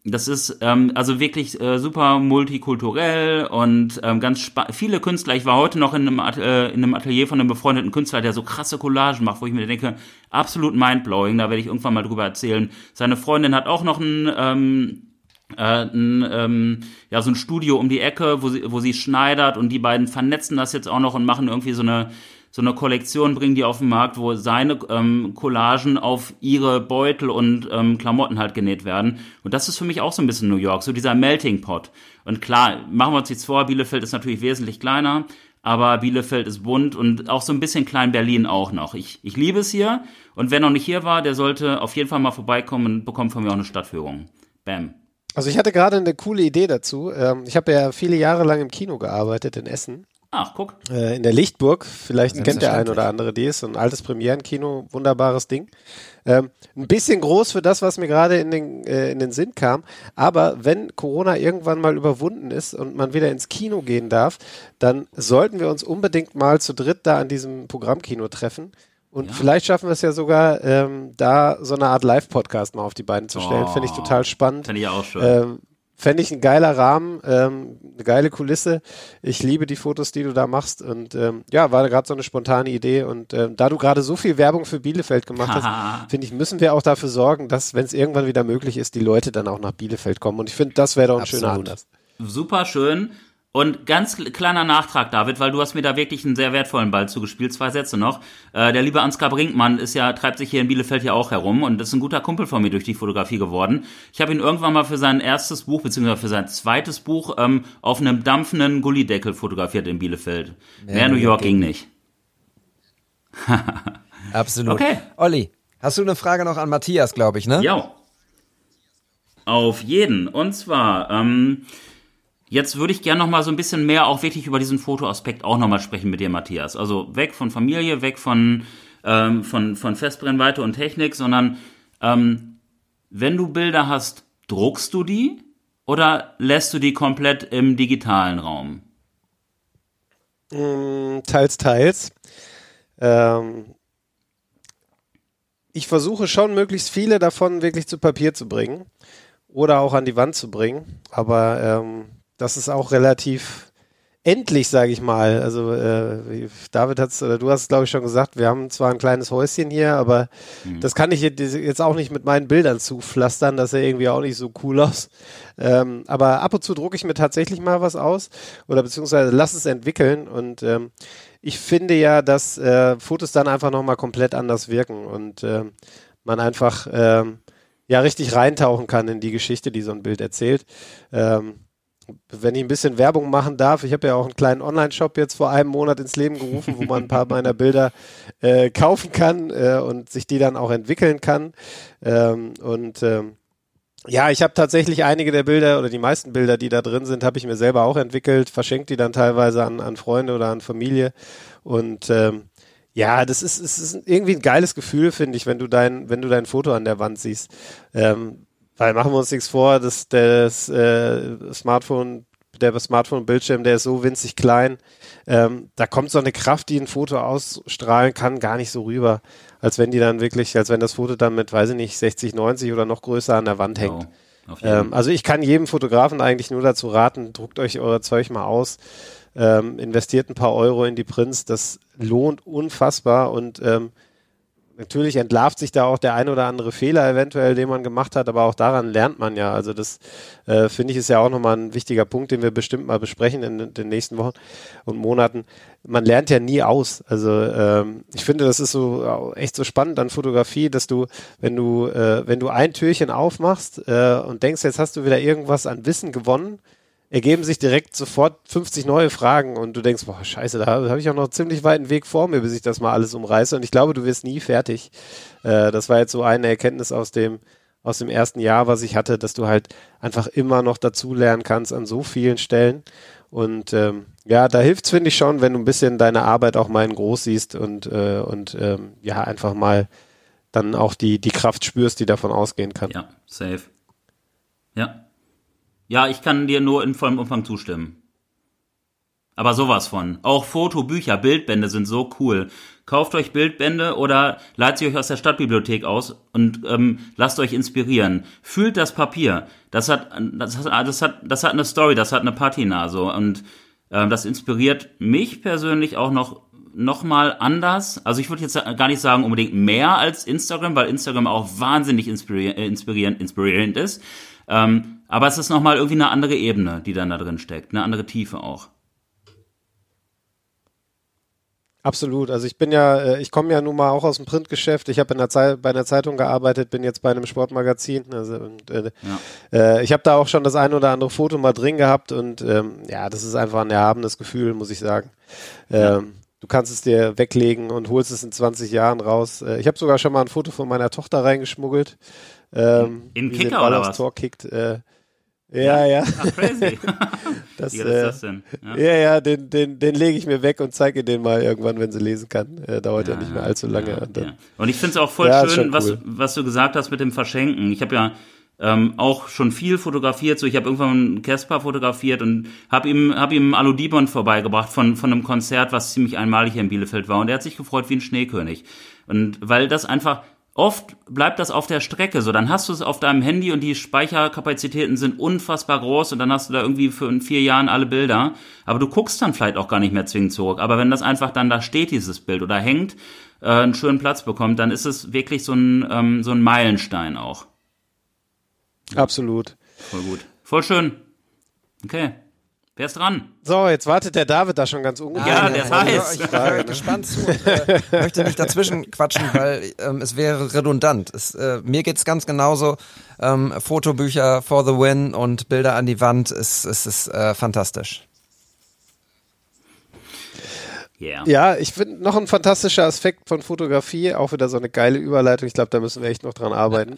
Das ist ähm, also wirklich äh, super multikulturell und ähm, ganz spa- viele Künstler. Ich war heute noch in einem, At- äh, in einem Atelier von einem befreundeten Künstler, der so krasse Collagen macht, wo ich mir denke, absolut mindblowing. Da werde ich irgendwann mal drüber erzählen. Seine Freundin hat auch noch ein ähm, äh, ein, ähm, ja, so ein Studio um die Ecke, wo sie, wo sie schneidert, und die beiden vernetzen das jetzt auch noch und machen irgendwie so eine so eine Kollektion, bringen die auf den Markt, wo seine ähm, Collagen auf ihre Beutel und ähm, Klamotten halt genäht werden. Und das ist für mich auch so ein bisschen New York, so dieser Melting Pot. Und klar, machen wir uns jetzt vor, Bielefeld ist natürlich wesentlich kleiner, aber Bielefeld ist bunt und auch so ein bisschen Klein-Berlin auch noch. Ich, ich liebe es hier, und wer noch nicht hier war, der sollte auf jeden Fall mal vorbeikommen und bekommt von mir auch eine Stadtführung. Bam. Also ich hatte gerade eine coole Idee dazu. Ähm, ich habe ja viele Jahre lang im Kino gearbeitet in Essen. Ach, guck. Äh, in der Lichtburg, vielleicht kennt der ein Selbstverständlich. oder andere, die ist so ein altes Premierenkino, wunderbares Ding. Ähm, ein bisschen groß für das, was mir gerade in den, äh, in den Sinn kam, aber wenn Corona irgendwann mal überwunden ist und man wieder ins Kino gehen darf, dann sollten wir uns unbedingt mal zu dritt da an diesem Programmkino treffen. Und Ja. vielleicht schaffen wir es ja sogar, ähm, da so eine Art Live-Podcast mal auf die Beine zu stellen. Oh. Finde ich total spannend. Fände ich auch schön. Ähm, Fände ich ein geiler Rahmen, ähm, eine geile Kulisse. Ich liebe die Fotos, die du da machst. Und ähm, ja, war gerade so eine spontane Idee. Und ähm, da du gerade so viel Werbung für Bielefeld gemacht hast, finde ich, müssen wir auch dafür sorgen, dass, wenn es irgendwann wieder möglich ist, die Leute dann auch nach Bielefeld kommen. Und ich finde, das wäre doch ein Absolut. schöner Anlass. Super schön. Und ganz kleiner Nachtrag, David, weil du hast mir da wirklich einen sehr wertvollen Ball zugespielt. Zwei Sätze noch. Äh, der liebe Ansgar Brinkmann ist ja, treibt sich hier in Bielefeld ja auch herum und ist ein guter Kumpel von mir durch die Fotografie geworden. Ich habe ihn irgendwann mal für sein erstes Buch, beziehungsweise für sein zweites Buch, ähm, auf einem dampfenden Gullideckel fotografiert in Bielefeld. Ja, Mehr New York ging nicht. Absolut. Okay. Olli, hast du eine Frage noch an Matthias, glaube ich, ne? Ja. Auf jeden. Und zwar, ähm, jetzt würde ich gerne noch mal so ein bisschen mehr auch wirklich über diesen Fotoaspekt auch noch mal sprechen mit dir, Matthias. Also weg von Familie, weg von, ähm, von, von Festbrennweite und Technik, sondern ähm, wenn du Bilder hast, druckst du die oder lässt du die komplett im digitalen Raum? Mm, teils, teils. Ähm, ich versuche schon, möglichst viele davon wirklich zu Papier zu bringen oder auch an die Wand zu bringen, aber ähm, das ist auch relativ endlich, sage ich mal. Also äh, David hat's, oder du hast es, glaube ich, schon gesagt, wir haben zwar ein kleines Häuschen hier, aber mhm. das kann ich jetzt auch nicht mit meinen Bildern zupflastern, das sieht irgendwie auch nicht so cool aus. Ähm, aber ab und zu drucke ich mir tatsächlich mal was aus oder beziehungsweise lass es entwickeln, und ähm, ich finde ja, dass äh, Fotos dann einfach nochmal komplett anders wirken und äh, man einfach äh, ja richtig reintauchen kann in die Geschichte, die so ein Bild erzählt. Ähm, Wenn ich ein bisschen Werbung machen darf, ich habe ja auch einen kleinen Online-Shop jetzt vor einem Monat ins Leben gerufen, wo man ein paar meiner Bilder äh, kaufen kann äh, und sich die dann auch entwickeln kann. Ähm, und ähm, ja, ich habe tatsächlich einige der Bilder oder die meisten Bilder, die da drin sind, habe ich mir selber auch entwickelt, verschenkt die dann teilweise an, an Freunde oder an Familie. Und ähm, ja, das ist, es ist irgendwie ein geiles Gefühl, finde ich, wenn du dein, wenn du dein Foto an der Wand siehst. Ähm, Weil machen wir uns nichts vor, dass das äh, Smartphone, der Smartphone-Bildschirm, der ist so winzig klein. Ähm, da kommt so eine Kraft, die ein Foto ausstrahlen kann, gar nicht so rüber, als wenn die dann wirklich, als wenn das Foto dann mit, weiß ich nicht, sechzig, neunzig oder noch größer an der Wand hängt. Oh, auf jeden Fall. Ähm, also ich kann jedem Fotografen eigentlich nur dazu raten, druckt euch euer Zeug mal aus, ähm, investiert ein paar Euro in die Prints, das lohnt unfassbar, und ähm, natürlich entlarvt sich da auch der ein oder andere Fehler eventuell, den man gemacht hat, aber auch daran lernt man ja. Also das äh, finde ich ist ja auch nochmal ein wichtiger Punkt, den wir bestimmt mal besprechen in den nächsten Wochen und Monaten. Man lernt ja nie aus. Also ähm, ich finde, das ist so echt so spannend an Fotografie, dass du, wenn du, äh, wenn du ein Türchen aufmachst äh, und denkst, jetzt hast du wieder irgendwas an Wissen gewonnen, ergeben sich direkt sofort fünfzig neue Fragen und du denkst, boah, scheiße, da habe ich auch noch einen ziemlich weiten Weg vor mir, bis ich das mal alles umreiße, und ich glaube, du wirst nie fertig. Äh, das war jetzt so eine Erkenntnis aus dem, aus dem ersten Jahr, was ich hatte, dass du halt einfach immer noch dazulernen kannst an so vielen Stellen, und ähm, ja, da hilft's, finde ich schon, wenn du ein bisschen deine Arbeit auch mal in groß siehst und, äh, und ähm, ja, einfach mal dann auch die, die Kraft spürst, die davon ausgehen kann. Ja, safe. Ja. Ja, ich kann dir nur in vollem Umfang zustimmen. Aber sowas von. Auch Fotobücher, Bildbände sind so cool. Kauft euch Bildbände oder leiht sie euch aus der Stadtbibliothek aus und ähm, lasst euch inspirieren. Fühlt das Papier. Das hat, das hat, das hat, das hat eine Story, das hat eine Patina so und ähm, das inspiriert mich persönlich auch noch noch mal anders. Also ich würde jetzt gar nicht sagen unbedingt mehr als Instagram, weil Instagram auch wahnsinnig inspiri- inspirierend, inspirierend ist. Ähm, aber es ist noch mal irgendwie eine andere Ebene, die dann da drin steckt, eine andere Tiefe auch. Absolut. Also ich bin ja, ich komme ja nun mal auch aus dem Printgeschäft. Ich habe in der Zeit bei einer Zeitung gearbeitet, bin jetzt bei einem Sportmagazin. Also und, äh, ja. äh, ich habe da auch schon das ein oder andere Foto mal drin gehabt und ähm, ja, das ist einfach ein erhabenes Gefühl, muss ich sagen. Ähm, ja. Du kannst es dir weglegen und holst es in zwanzig Jahren raus. Äh, ich habe sogar schon mal ein Foto von meiner Tochter reingeschmuggelt. Ähm, in den Kicker oder was? Tor kickt. Äh, Ja, ja. Ach, crazy. das, Wie ist das denn? Ja, ja, ja den, den, den lege ich mir weg und zeige den mal irgendwann, wenn sie lesen kann. Äh, dauert ja, ja nicht mehr allzu lange. Ja, und, dann, ja. und ich finde es auch voll ja, schön, was, cool. was du gesagt hast mit dem Verschenken. Ich habe ja ähm, auch schon viel fotografiert. So, ich habe irgendwann einen Casper fotografiert und habe ihm, hab ihm Aludibon vorbeigebracht von, von einem Konzert, was ziemlich einmalig hier in Bielefeld war. Und er hat sich gefreut wie ein Schneekönig. Und weil das einfach... Oft bleibt das auf der Strecke so, dann hast du es auf deinem Handy und die Speicherkapazitäten sind unfassbar groß und dann hast du da irgendwie für in vier Jahren alle Bilder, aber du guckst dann vielleicht auch gar nicht mehr zwingend zurück, aber wenn das einfach dann da steht, dieses Bild oder hängt, äh, einen schönen Platz bekommt, dann ist es wirklich so ein, ähm, so ein Meilenstein auch. Absolut. Voll gut. Voll schön. Okay. Wer ist dran? So, jetzt wartet der David da schon ganz ungefähr. Ja, der ist heiß. Ich höre gespannt zu und äh, möchte nicht dazwischen quatschen, weil ähm, es wäre redundant. Es, äh, mir geht's ganz genauso. Ähm, Fotobücher for the win und Bilder an die Wand. Es, es ist äh, fantastisch. Yeah. Ja, ich finde noch ein fantastischer Aspekt von Fotografie, auch wieder so eine geile Überleitung, ich glaube, da müssen wir echt noch dran arbeiten.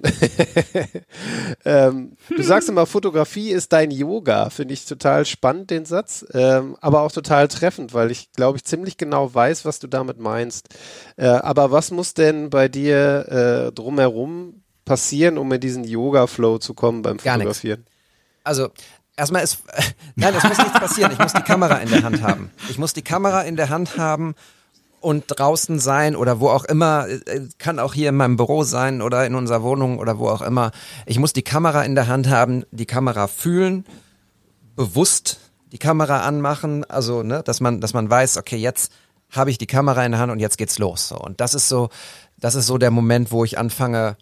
ähm, du sagst immer, Fotografie ist dein Yoga, finde ich total spannend, den Satz, ähm, aber auch total treffend, weil ich, glaube ich, ziemlich genau weiß, was du damit meinst. Äh, aber was muss denn bei dir äh, drumherum passieren, um in diesen Yoga-Flow zu kommen beim Gar Fotografieren? Nix. Also erstmal ist, äh, nein, es muss nichts passieren. Ich muss die Kamera in der Hand haben. Ich muss die Kamera in der Hand haben und draußen sein oder wo auch immer. Kann auch hier in meinem Büro sein oder in unserer Wohnung oder wo auch immer. Ich muss die Kamera in der Hand haben, die Kamera fühlen, bewusst die Kamera anmachen. Also, ne, dass man, dass man weiß, okay, jetzt habe ich die Kamera in der Hand und jetzt geht's los. So. Und das ist so, das ist so der Moment, wo ich anfange,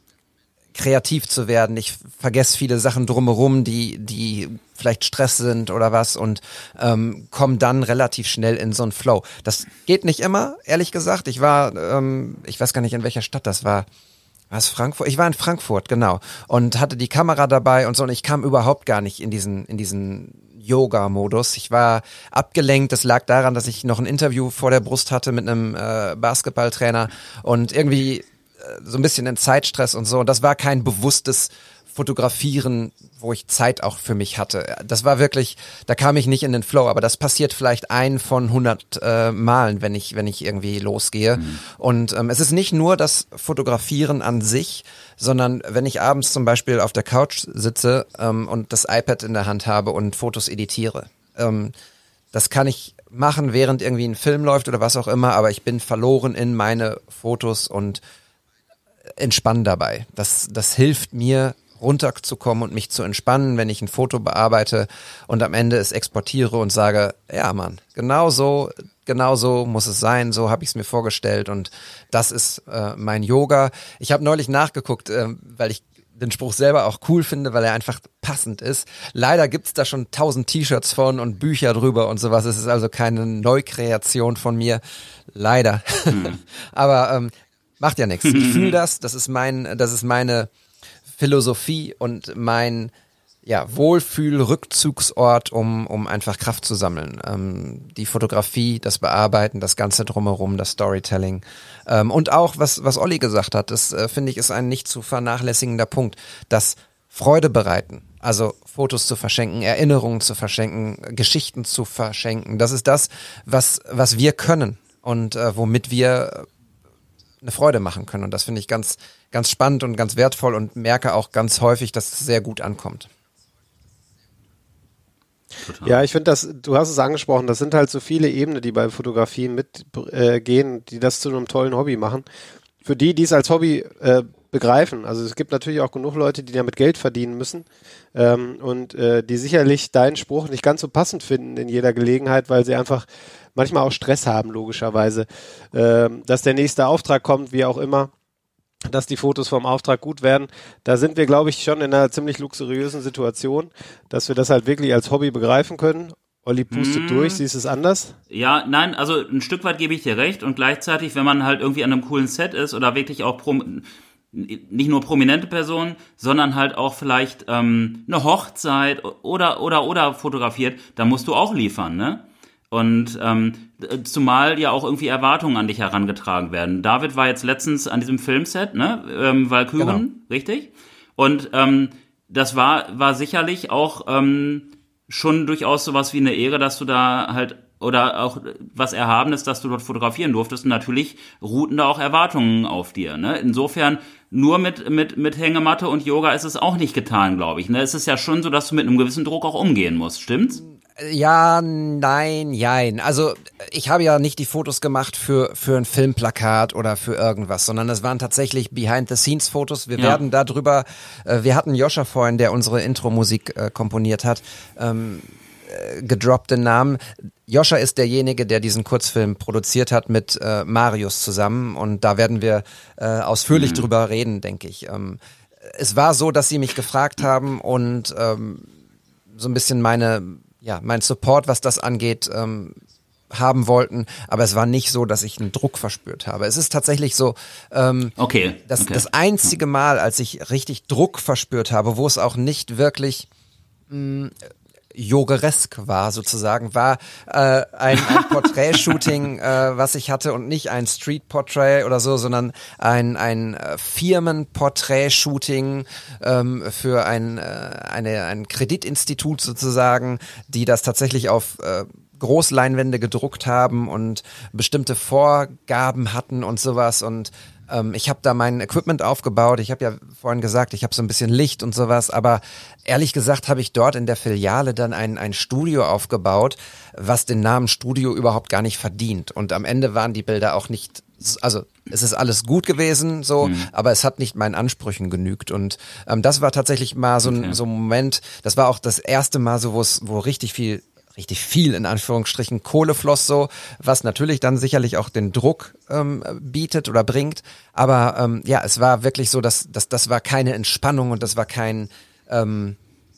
kreativ zu werden. Ich vergesse viele Sachen drumherum, die die vielleicht Stress sind oder was und ähm, komme dann relativ schnell in so einen Flow. Das geht nicht immer, ehrlich gesagt. Ich war, ähm, ich weiß gar nicht, in welcher Stadt das war. War es Frankfurt? Ich war in Frankfurt, genau. Und hatte die Kamera dabei und so. Und ich kam überhaupt gar nicht in diesen, in diesen Yoga-Modus. Ich war abgelenkt. Das lag daran, dass ich noch ein Interview vor der Brust hatte mit einem äh, Basketballtrainer und irgendwie so ein bisschen in Zeitstress und so. Und das war kein bewusstes Fotografieren, wo ich Zeit auch für mich hatte. Das war wirklich, da kam ich nicht in den Flow, aber das passiert vielleicht ein von hundert äh, Malen, wenn ich, wenn ich irgendwie losgehe. Mhm. Und ähm, es ist nicht nur das Fotografieren an sich, sondern wenn ich abends zum Beispiel auf der Couch sitze ähm, und das iPad in der Hand habe und Fotos editiere. Ähm, das kann ich machen, während irgendwie ein Film läuft oder was auch immer, aber ich bin verloren in meine Fotos und entspannen dabei. Das, das hilft mir, runterzukommen und mich zu entspannen, wenn ich ein Foto bearbeite und am Ende es exportiere und sage, ja Mann, genau so, genau so muss es sein, so habe ich es mir vorgestellt und das ist äh, mein Yoga. Ich habe neulich nachgeguckt, äh, weil ich den Spruch selber auch cool finde, weil er einfach passend ist. Leider gibt's da schon tausend T-Shirts von und Bücher drüber und sowas. Es ist also keine Neukreation von mir. Leider. Hm. Aber ähm, macht ja nichts. Ich fühle das. Das ist mein, das ist meine Philosophie und mein ja, Wohlfühl-Rückzugsort, um, um einfach Kraft zu sammeln. Ähm, die Fotografie, das Bearbeiten, das Ganze drumherum, das Storytelling. Ähm, und auch, was, was Olli gesagt hat, das äh, finde ich ist ein nicht zu vernachlässigender Punkt, das Freude bereiten. Also Fotos zu verschenken, Erinnerungen zu verschenken, Geschichten zu verschenken. Das ist das, was, was wir können und äh, womit wir eine Freude machen können. Und das finde ich ganz, ganz spannend und ganz wertvoll und merke auch ganz häufig, dass es sehr gut ankommt. Total. Ja, ich finde das, du hast es angesprochen, das sind halt so viele Ebenen, die bei Fotografie mitgehen, äh, die das zu einem tollen Hobby machen. Für die, die es als Hobby äh, begreifen, also es gibt natürlich auch genug Leute, die damit Geld verdienen müssen ähm, und äh, die sicherlich deinen Spruch nicht ganz so passend finden in jeder Gelegenheit, weil sie einfach manchmal auch Stress haben, logischerweise, ähm, dass der nächste Auftrag kommt, wie auch immer, dass die Fotos vom Auftrag gut werden. Da sind wir, glaube ich, schon in einer ziemlich luxuriösen Situation, dass wir das halt wirklich als Hobby begreifen können. Olli pustet mm. durch, siehst du es anders? Ja, nein, also ein Stück weit gebe ich dir recht und gleichzeitig, wenn man halt irgendwie an einem coolen Set ist oder wirklich auch prom- nicht nur prominente Personen, sondern halt auch vielleicht ähm, eine Hochzeit oder oder oder fotografiert, da musst du auch liefern, ne? Und ähm, zumal ja auch irgendwie Erwartungen an dich herangetragen werden. David war jetzt letztens an diesem Filmset, ne, ähm, Walküren, genau. Richtig? Und ähm, das war war sicherlich auch ähm, schon durchaus sowas wie eine Ehre, dass du da halt oder auch was Erhabenes, dass du dort fotografieren durftest. Und natürlich ruhten da auch Erwartungen auf dir. Ne? Insofern nur mit mit mit Hängematte und Yoga ist es auch nicht getan, glaube ich. Ne? Es ist ja schon so, dass du mit einem gewissen Druck auch umgehen musst. Stimmt's? Ja, nein, jein. Also ich habe ja nicht die Fotos gemacht für für ein Filmplakat oder für irgendwas, sondern es waren tatsächlich Behind-the-Scenes-Fotos. Wir ja. werden darüber, äh, wir hatten Joscha vorhin, der unsere Intro-Musik äh, komponiert hat, ähm, äh, gedroppt den Namen. Joscha ist derjenige, der diesen Kurzfilm produziert hat mit äh, Marius zusammen und da werden wir äh, ausführlich mhm. drüber reden, denke ich. Ähm, es war so, dass sie mich gefragt haben und ähm, so ein bisschen meine ja, mein Support, was das angeht, ähm, haben wollten, aber es war nicht so, dass ich einen Druck verspürt habe. Es ist tatsächlich so, ähm, okay. Das, okay. das einzige Mal, als ich richtig Druck verspürt habe, wo es auch nicht wirklich mh, jogeresk war sozusagen, war äh, ein, ein Porträtshooting, äh, was ich hatte und nicht ein Street-Portrait oder so, sondern ein, ein äh, Firmen-Porträtshooting ähm, für ein, äh, eine, ein Kreditinstitut sozusagen, die das tatsächlich auf äh, Großleinwände gedruckt haben und bestimmte Vorgaben hatten und sowas und ähm, ich habe da mein Equipment aufgebaut, ich habe ja vorhin gesagt, ich habe so ein bisschen Licht und sowas, aber ehrlich gesagt habe ich dort in der Filiale dann ein, ein Studio aufgebaut, was den Namen Studio überhaupt gar nicht verdient und am Ende waren die Bilder auch nicht, also es ist alles gut gewesen so, mhm. aber es hat nicht meinen Ansprüchen genügt und ähm, das war tatsächlich mal so ein, okay. so ein Moment, das war auch das erste Mal so, wo es, wo richtig viel richtig viel, in Anführungsstrichen, Kohle floss so, was natürlich dann sicherlich auch den Druck ähm, bietet oder bringt. Aber ähm, ja, es war wirklich so, dass, dass das war keine Entspannung und das war kein, ähm,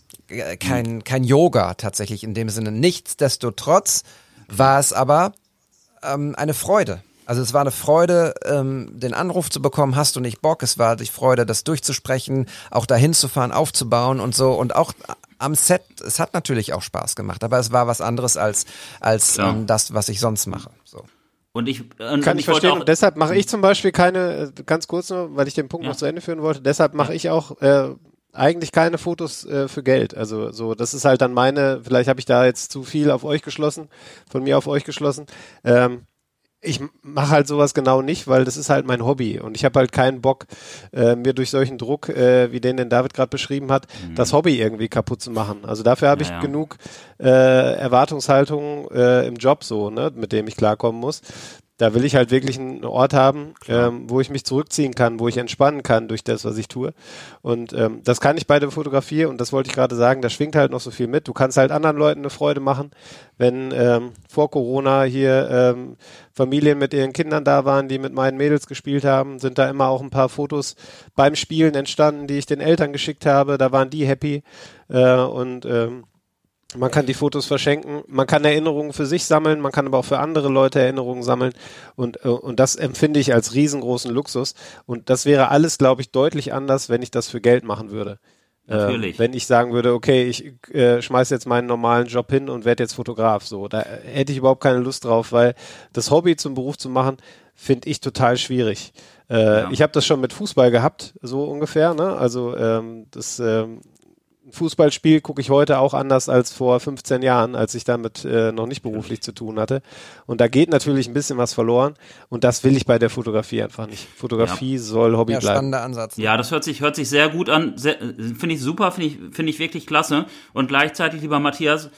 kein, kein Yoga tatsächlich in dem Sinne. Nichtsdestotrotz war es aber ähm, eine Freude. Also es war eine Freude, ähm, den Anruf zu bekommen, hast du nicht Bock? Es war die Freude, das durchzusprechen, auch dahin zu fahren, aufzubauen und so und auch am Set, es hat natürlich auch Spaß gemacht, aber es war was anderes als als ja. ähm, das, was ich sonst mache. So. Und ich und kann ich, ich verstehen. Und deshalb mache ich zum Beispiel keine, ganz kurz nur, weil ich den Punkt ja. noch zu Ende führen wollte. Deshalb mache ja. ich auch äh, eigentlich keine Fotos äh, für Geld. Also so, das ist halt dann meine. Vielleicht habe ich da jetzt zu viel auf euch geschlossen, von mir auf euch geschlossen. Ähm, Ich mache halt sowas genau nicht, weil das ist halt mein Hobby und ich habe halt keinen Bock, äh, mir durch solchen Druck, äh, wie den den David gerade beschrieben hat, mhm. das Hobby irgendwie kaputt zu machen. Also dafür habe ich ja, ja. genug äh, Erwartungshaltung äh, im Job so, ne, mit dem ich klarkommen muss. Da will ich halt wirklich einen Ort haben, ähm, wo ich mich zurückziehen kann, wo ich entspannen kann durch das, was ich tue. Und ähm, das kann ich bei der Fotografie und das wollte ich gerade sagen, da schwingt halt noch so viel mit. Du kannst halt anderen Leuten eine Freude machen, wenn ähm, vor Corona hier ähm, Familien mit ihren Kindern da waren, die mit meinen Mädels gespielt haben, sind da immer auch ein paar Fotos beim Spielen entstanden, die ich den Eltern geschickt habe. Da waren die happy äh, und ähm, man kann die Fotos verschenken, man kann Erinnerungen für sich sammeln, man kann aber auch für andere Leute Erinnerungen sammeln und, und das empfinde ich als riesengroßen Luxus und das wäre alles, glaube ich, deutlich anders, wenn ich das für Geld machen würde. Natürlich. Äh, wenn ich sagen würde, okay, ich äh, schmeiße jetzt meinen normalen Job hin und werde jetzt Fotograf, so, da hätte ich überhaupt keine Lust drauf, weil das Hobby zum Beruf zu machen, finde ich total schwierig. Äh, ja. Ich habe das schon mit Fußball gehabt, so ungefähr, ne? Also ähm, das ähm, Fußballspiel gucke ich heute auch anders als vor fünfzehn Jahren, als ich damit äh, noch nicht beruflich zu tun hatte. Und da geht natürlich ein bisschen was verloren und das will ich bei der Fotografie einfach nicht. Fotografie ja. soll Hobby ja, bleiben. Spannender Ansatz. Ja, das hört sich, hört sich sehr gut an. Finde ich super, finde ich, finde ich wirklich klasse. Und gleichzeitig, lieber Matthias,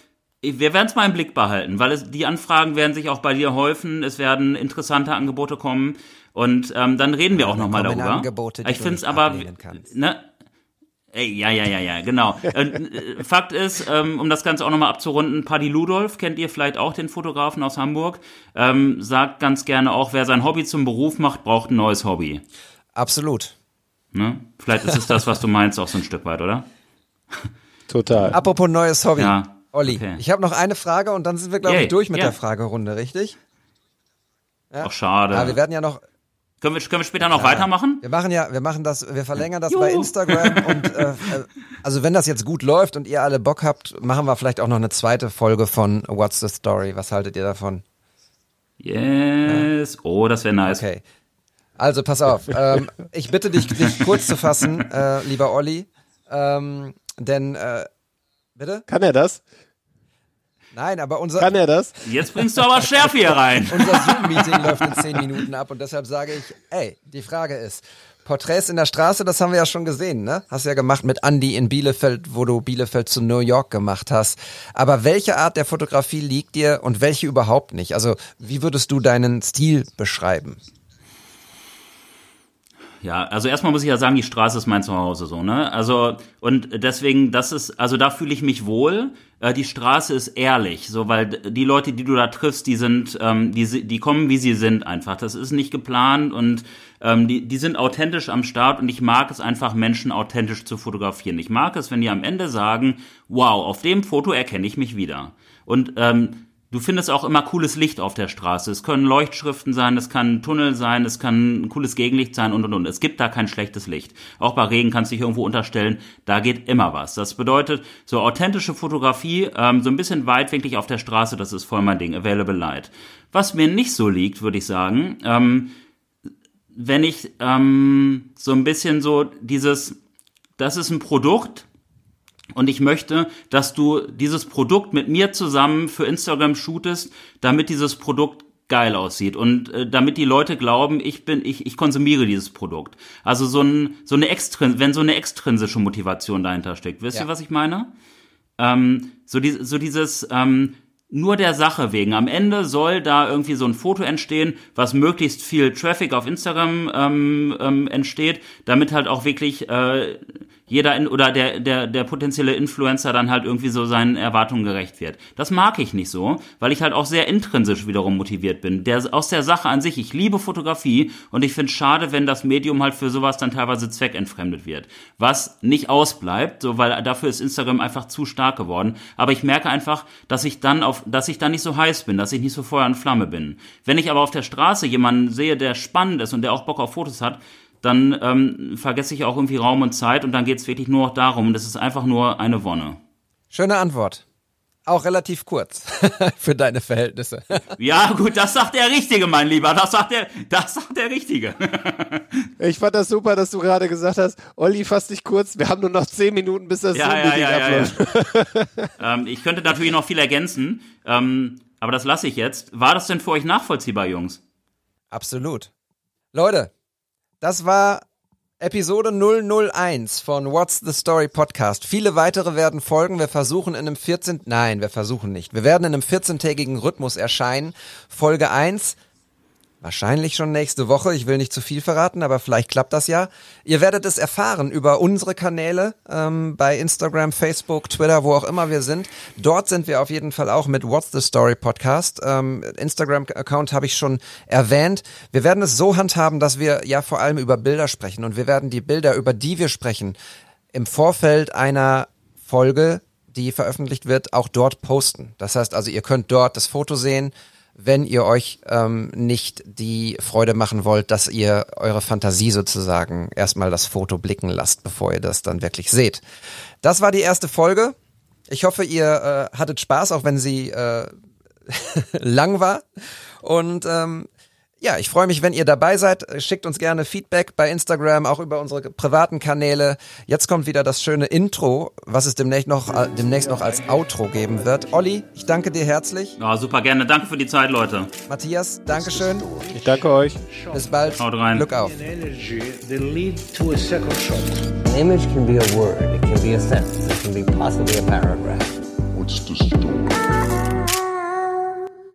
wir werden es mal im Blick behalten, weil es, die Anfragen werden sich auch bei dir häufen, es werden interessante Angebote kommen und ähm, dann reden wir auch nochmal darüber. Angebote, die ich finde es aber, ne? Ey, ja, ja, ja, ja, genau. äh, Fakt ist, ähm, um das Ganze auch nochmal abzurunden, Paddy Ludolf, kennt ihr vielleicht auch, den Fotografen aus Hamburg, ähm, sagt ganz gerne auch, wer sein Hobby zum Beruf macht, braucht ein neues Hobby. Absolut. Ne? Vielleicht ist es das, was du meinst, auch so ein Stück weit, oder? Total. Apropos neues Hobby. Ja. Olli, Okay. ich habe noch eine Frage und dann sind wir, glaube Yay, ich, durch mit ja. der Fragerunde, richtig? Ach, schade. Ja, wir werden ja noch... Können wir, können wir später noch ja. weitermachen? Wir machen ja, wir machen das, wir verlängern das Juhu. bei Instagram und äh, also wenn das jetzt gut läuft und ihr alle Bock habt, machen wir vielleicht auch noch eine zweite Folge von What's the Story. Was haltet ihr davon? Yes. Ja. Oh, das wäre nice. Okay. Also pass auf. ähm, ich bitte dich, dich kurz zu fassen, äh, lieber Olli, ähm, denn äh, bitte? Kann er das? Nein, aber unser... Kann er das? Jetzt bringst du aber Schärfe hier rein. Unser Zoom-Meeting läuft in zehn Minuten ab und deshalb sage ich, ey, die Frage ist, Porträts in der Straße, das haben wir ja schon gesehen, ne? Hast ja gemacht mit Andi in Bielefeld, wo du Bielefeld zu New York gemacht hast. Aber welche Art der Fotografie liegt dir und welche überhaupt nicht? Also, wie würdest du deinen Stil beschreiben? Ja, also erstmal muss ich ja sagen, die Straße ist mein Zuhause, so, ne? Also, und deswegen, das ist, also da fühle ich mich wohl. Äh, die Straße ist ehrlich, so, weil die Leute, die du da triffst, die sind, ähm, die, die kommen, wie sie sind einfach. Das ist nicht geplant und ähm, die, die sind authentisch am Start und ich mag es einfach, Menschen authentisch zu fotografieren. Ich mag es, wenn die am Ende sagen, wow, auf dem Foto erkenne ich mich wieder. Und, ähm, du findest auch immer cooles Licht auf der Straße. Es können Leuchtschriften sein, es kann ein Tunnel sein, es kann ein cooles Gegenlicht sein und, und, und. Es gibt da kein schlechtes Licht. Auch bei Regen kannst du dich irgendwo unterstellen, da geht immer was. Das bedeutet, so authentische Fotografie, ähm, so ein bisschen weitwinklig auf der Straße, das ist voll mein Ding, Available Light. Was mir nicht so liegt, würde ich sagen, ähm, wenn ich ähm, so ein bisschen so dieses, das ist ein Produkt, und ich möchte, dass du dieses Produkt mit mir zusammen für Instagram shootest, damit dieses Produkt geil aussieht und äh, damit die Leute glauben, ich bin, ich, ich konsumiere dieses Produkt. Also so ein, so eine extrin, wenn so eine extrinsische Motivation dahinter steckt. Wisst ja. ihr, was ich meine? Ähm, so, die, so dieses, ähm, nur der Sache wegen. Am Ende soll da irgendwie so ein Foto entstehen, was möglichst viel Traffic auf Instagram ähm, ähm, entsteht, damit halt auch wirklich äh, jeder in, oder der der der potenzielle Influencer dann halt irgendwie so seinen Erwartungen gerecht wird. Das mag ich nicht so, weil ich halt auch sehr intrinsisch wiederum motiviert bin. Der aus der Sache an sich, ich liebe Fotografie und ich finde es schade, wenn das Medium halt für sowas dann teilweise zweckentfremdet wird. Was nicht ausbleibt, so, weil dafür ist Instagram einfach zu stark geworden. Aber ich merke einfach, dass ich dann auf, dass ich dann nicht so heiß bin, dass ich nicht so Feuer und Flamme bin. Wenn ich aber auf der Straße jemanden sehe, der spannend ist und der auch Bock auf Fotos hat, dann ähm, vergesse ich auch irgendwie Raum und Zeit und dann geht's wirklich nur noch darum. Das ist einfach nur eine Wonne. Schöne Antwort. Auch relativ kurz für deine Verhältnisse. Ja, gut, das sagt der Richtige, mein Lieber. Das sagt der, das sagt der Richtige. Ich fand das super, dass du gerade gesagt hast, Olli, fass dich kurz, wir haben nur noch zehn Minuten, bis das ja, Zoom-Meeting ja, ja, abläuft. Ja, ja. ähm, ich könnte natürlich noch viel ergänzen, ähm, aber das lasse ich jetzt. War das denn für euch nachvollziehbar, Jungs? Absolut. Leute, das war Episode null null eins von What's the Story Podcast. Viele weitere werden folgen. Wir versuchen in einem vierzehn... Nein, wir versuchen nicht. Wir werden in einem vierzehntägigen Rhythmus erscheinen. Folge eins... Wahrscheinlich schon nächste Woche. Ich will nicht zu viel verraten, aber vielleicht klappt das ja. Ihr werdet es erfahren über unsere Kanäle ähm, bei Instagram, Facebook, Twitter, wo auch immer wir sind. Dort sind wir auf jeden Fall auch mit What's the Story Podcast. Ähm, Instagram-Account habe ich schon erwähnt. Wir werden es so handhaben, dass wir ja vor allem über Bilder sprechen. Und wir werden die Bilder, über die wir sprechen, im Vorfeld einer Folge, die veröffentlicht wird, auch dort posten. Das heißt also, ihr könnt dort das Foto sehen, wenn ihr euch ähm, nicht die Freude machen wollt, dass ihr eure Fantasie sozusagen erstmal das Foto blicken lasst, bevor ihr das dann wirklich seht. Das war die erste Folge. Ich hoffe, ihr äh, hattet Spaß, auch wenn sie äh, lang war. Und ähm, ja, ich freue mich, wenn ihr dabei seid. Schickt uns gerne Feedback bei Instagram, auch über unsere privaten Kanäle. Jetzt kommt wieder das schöne Intro, was es demnächst noch, äh, demnächst noch als Outro geben wird. Olli, ich danke dir herzlich. Ja, super gerne. Danke für die Zeit, Leute. Matthias, Dankeschön. Ich danke euch. Bis bald. Haut rein. Glück auf. Energy that lead to a second shot. An image can be a word, it can be a sentence, it can be possibly a paragraph. What's the story?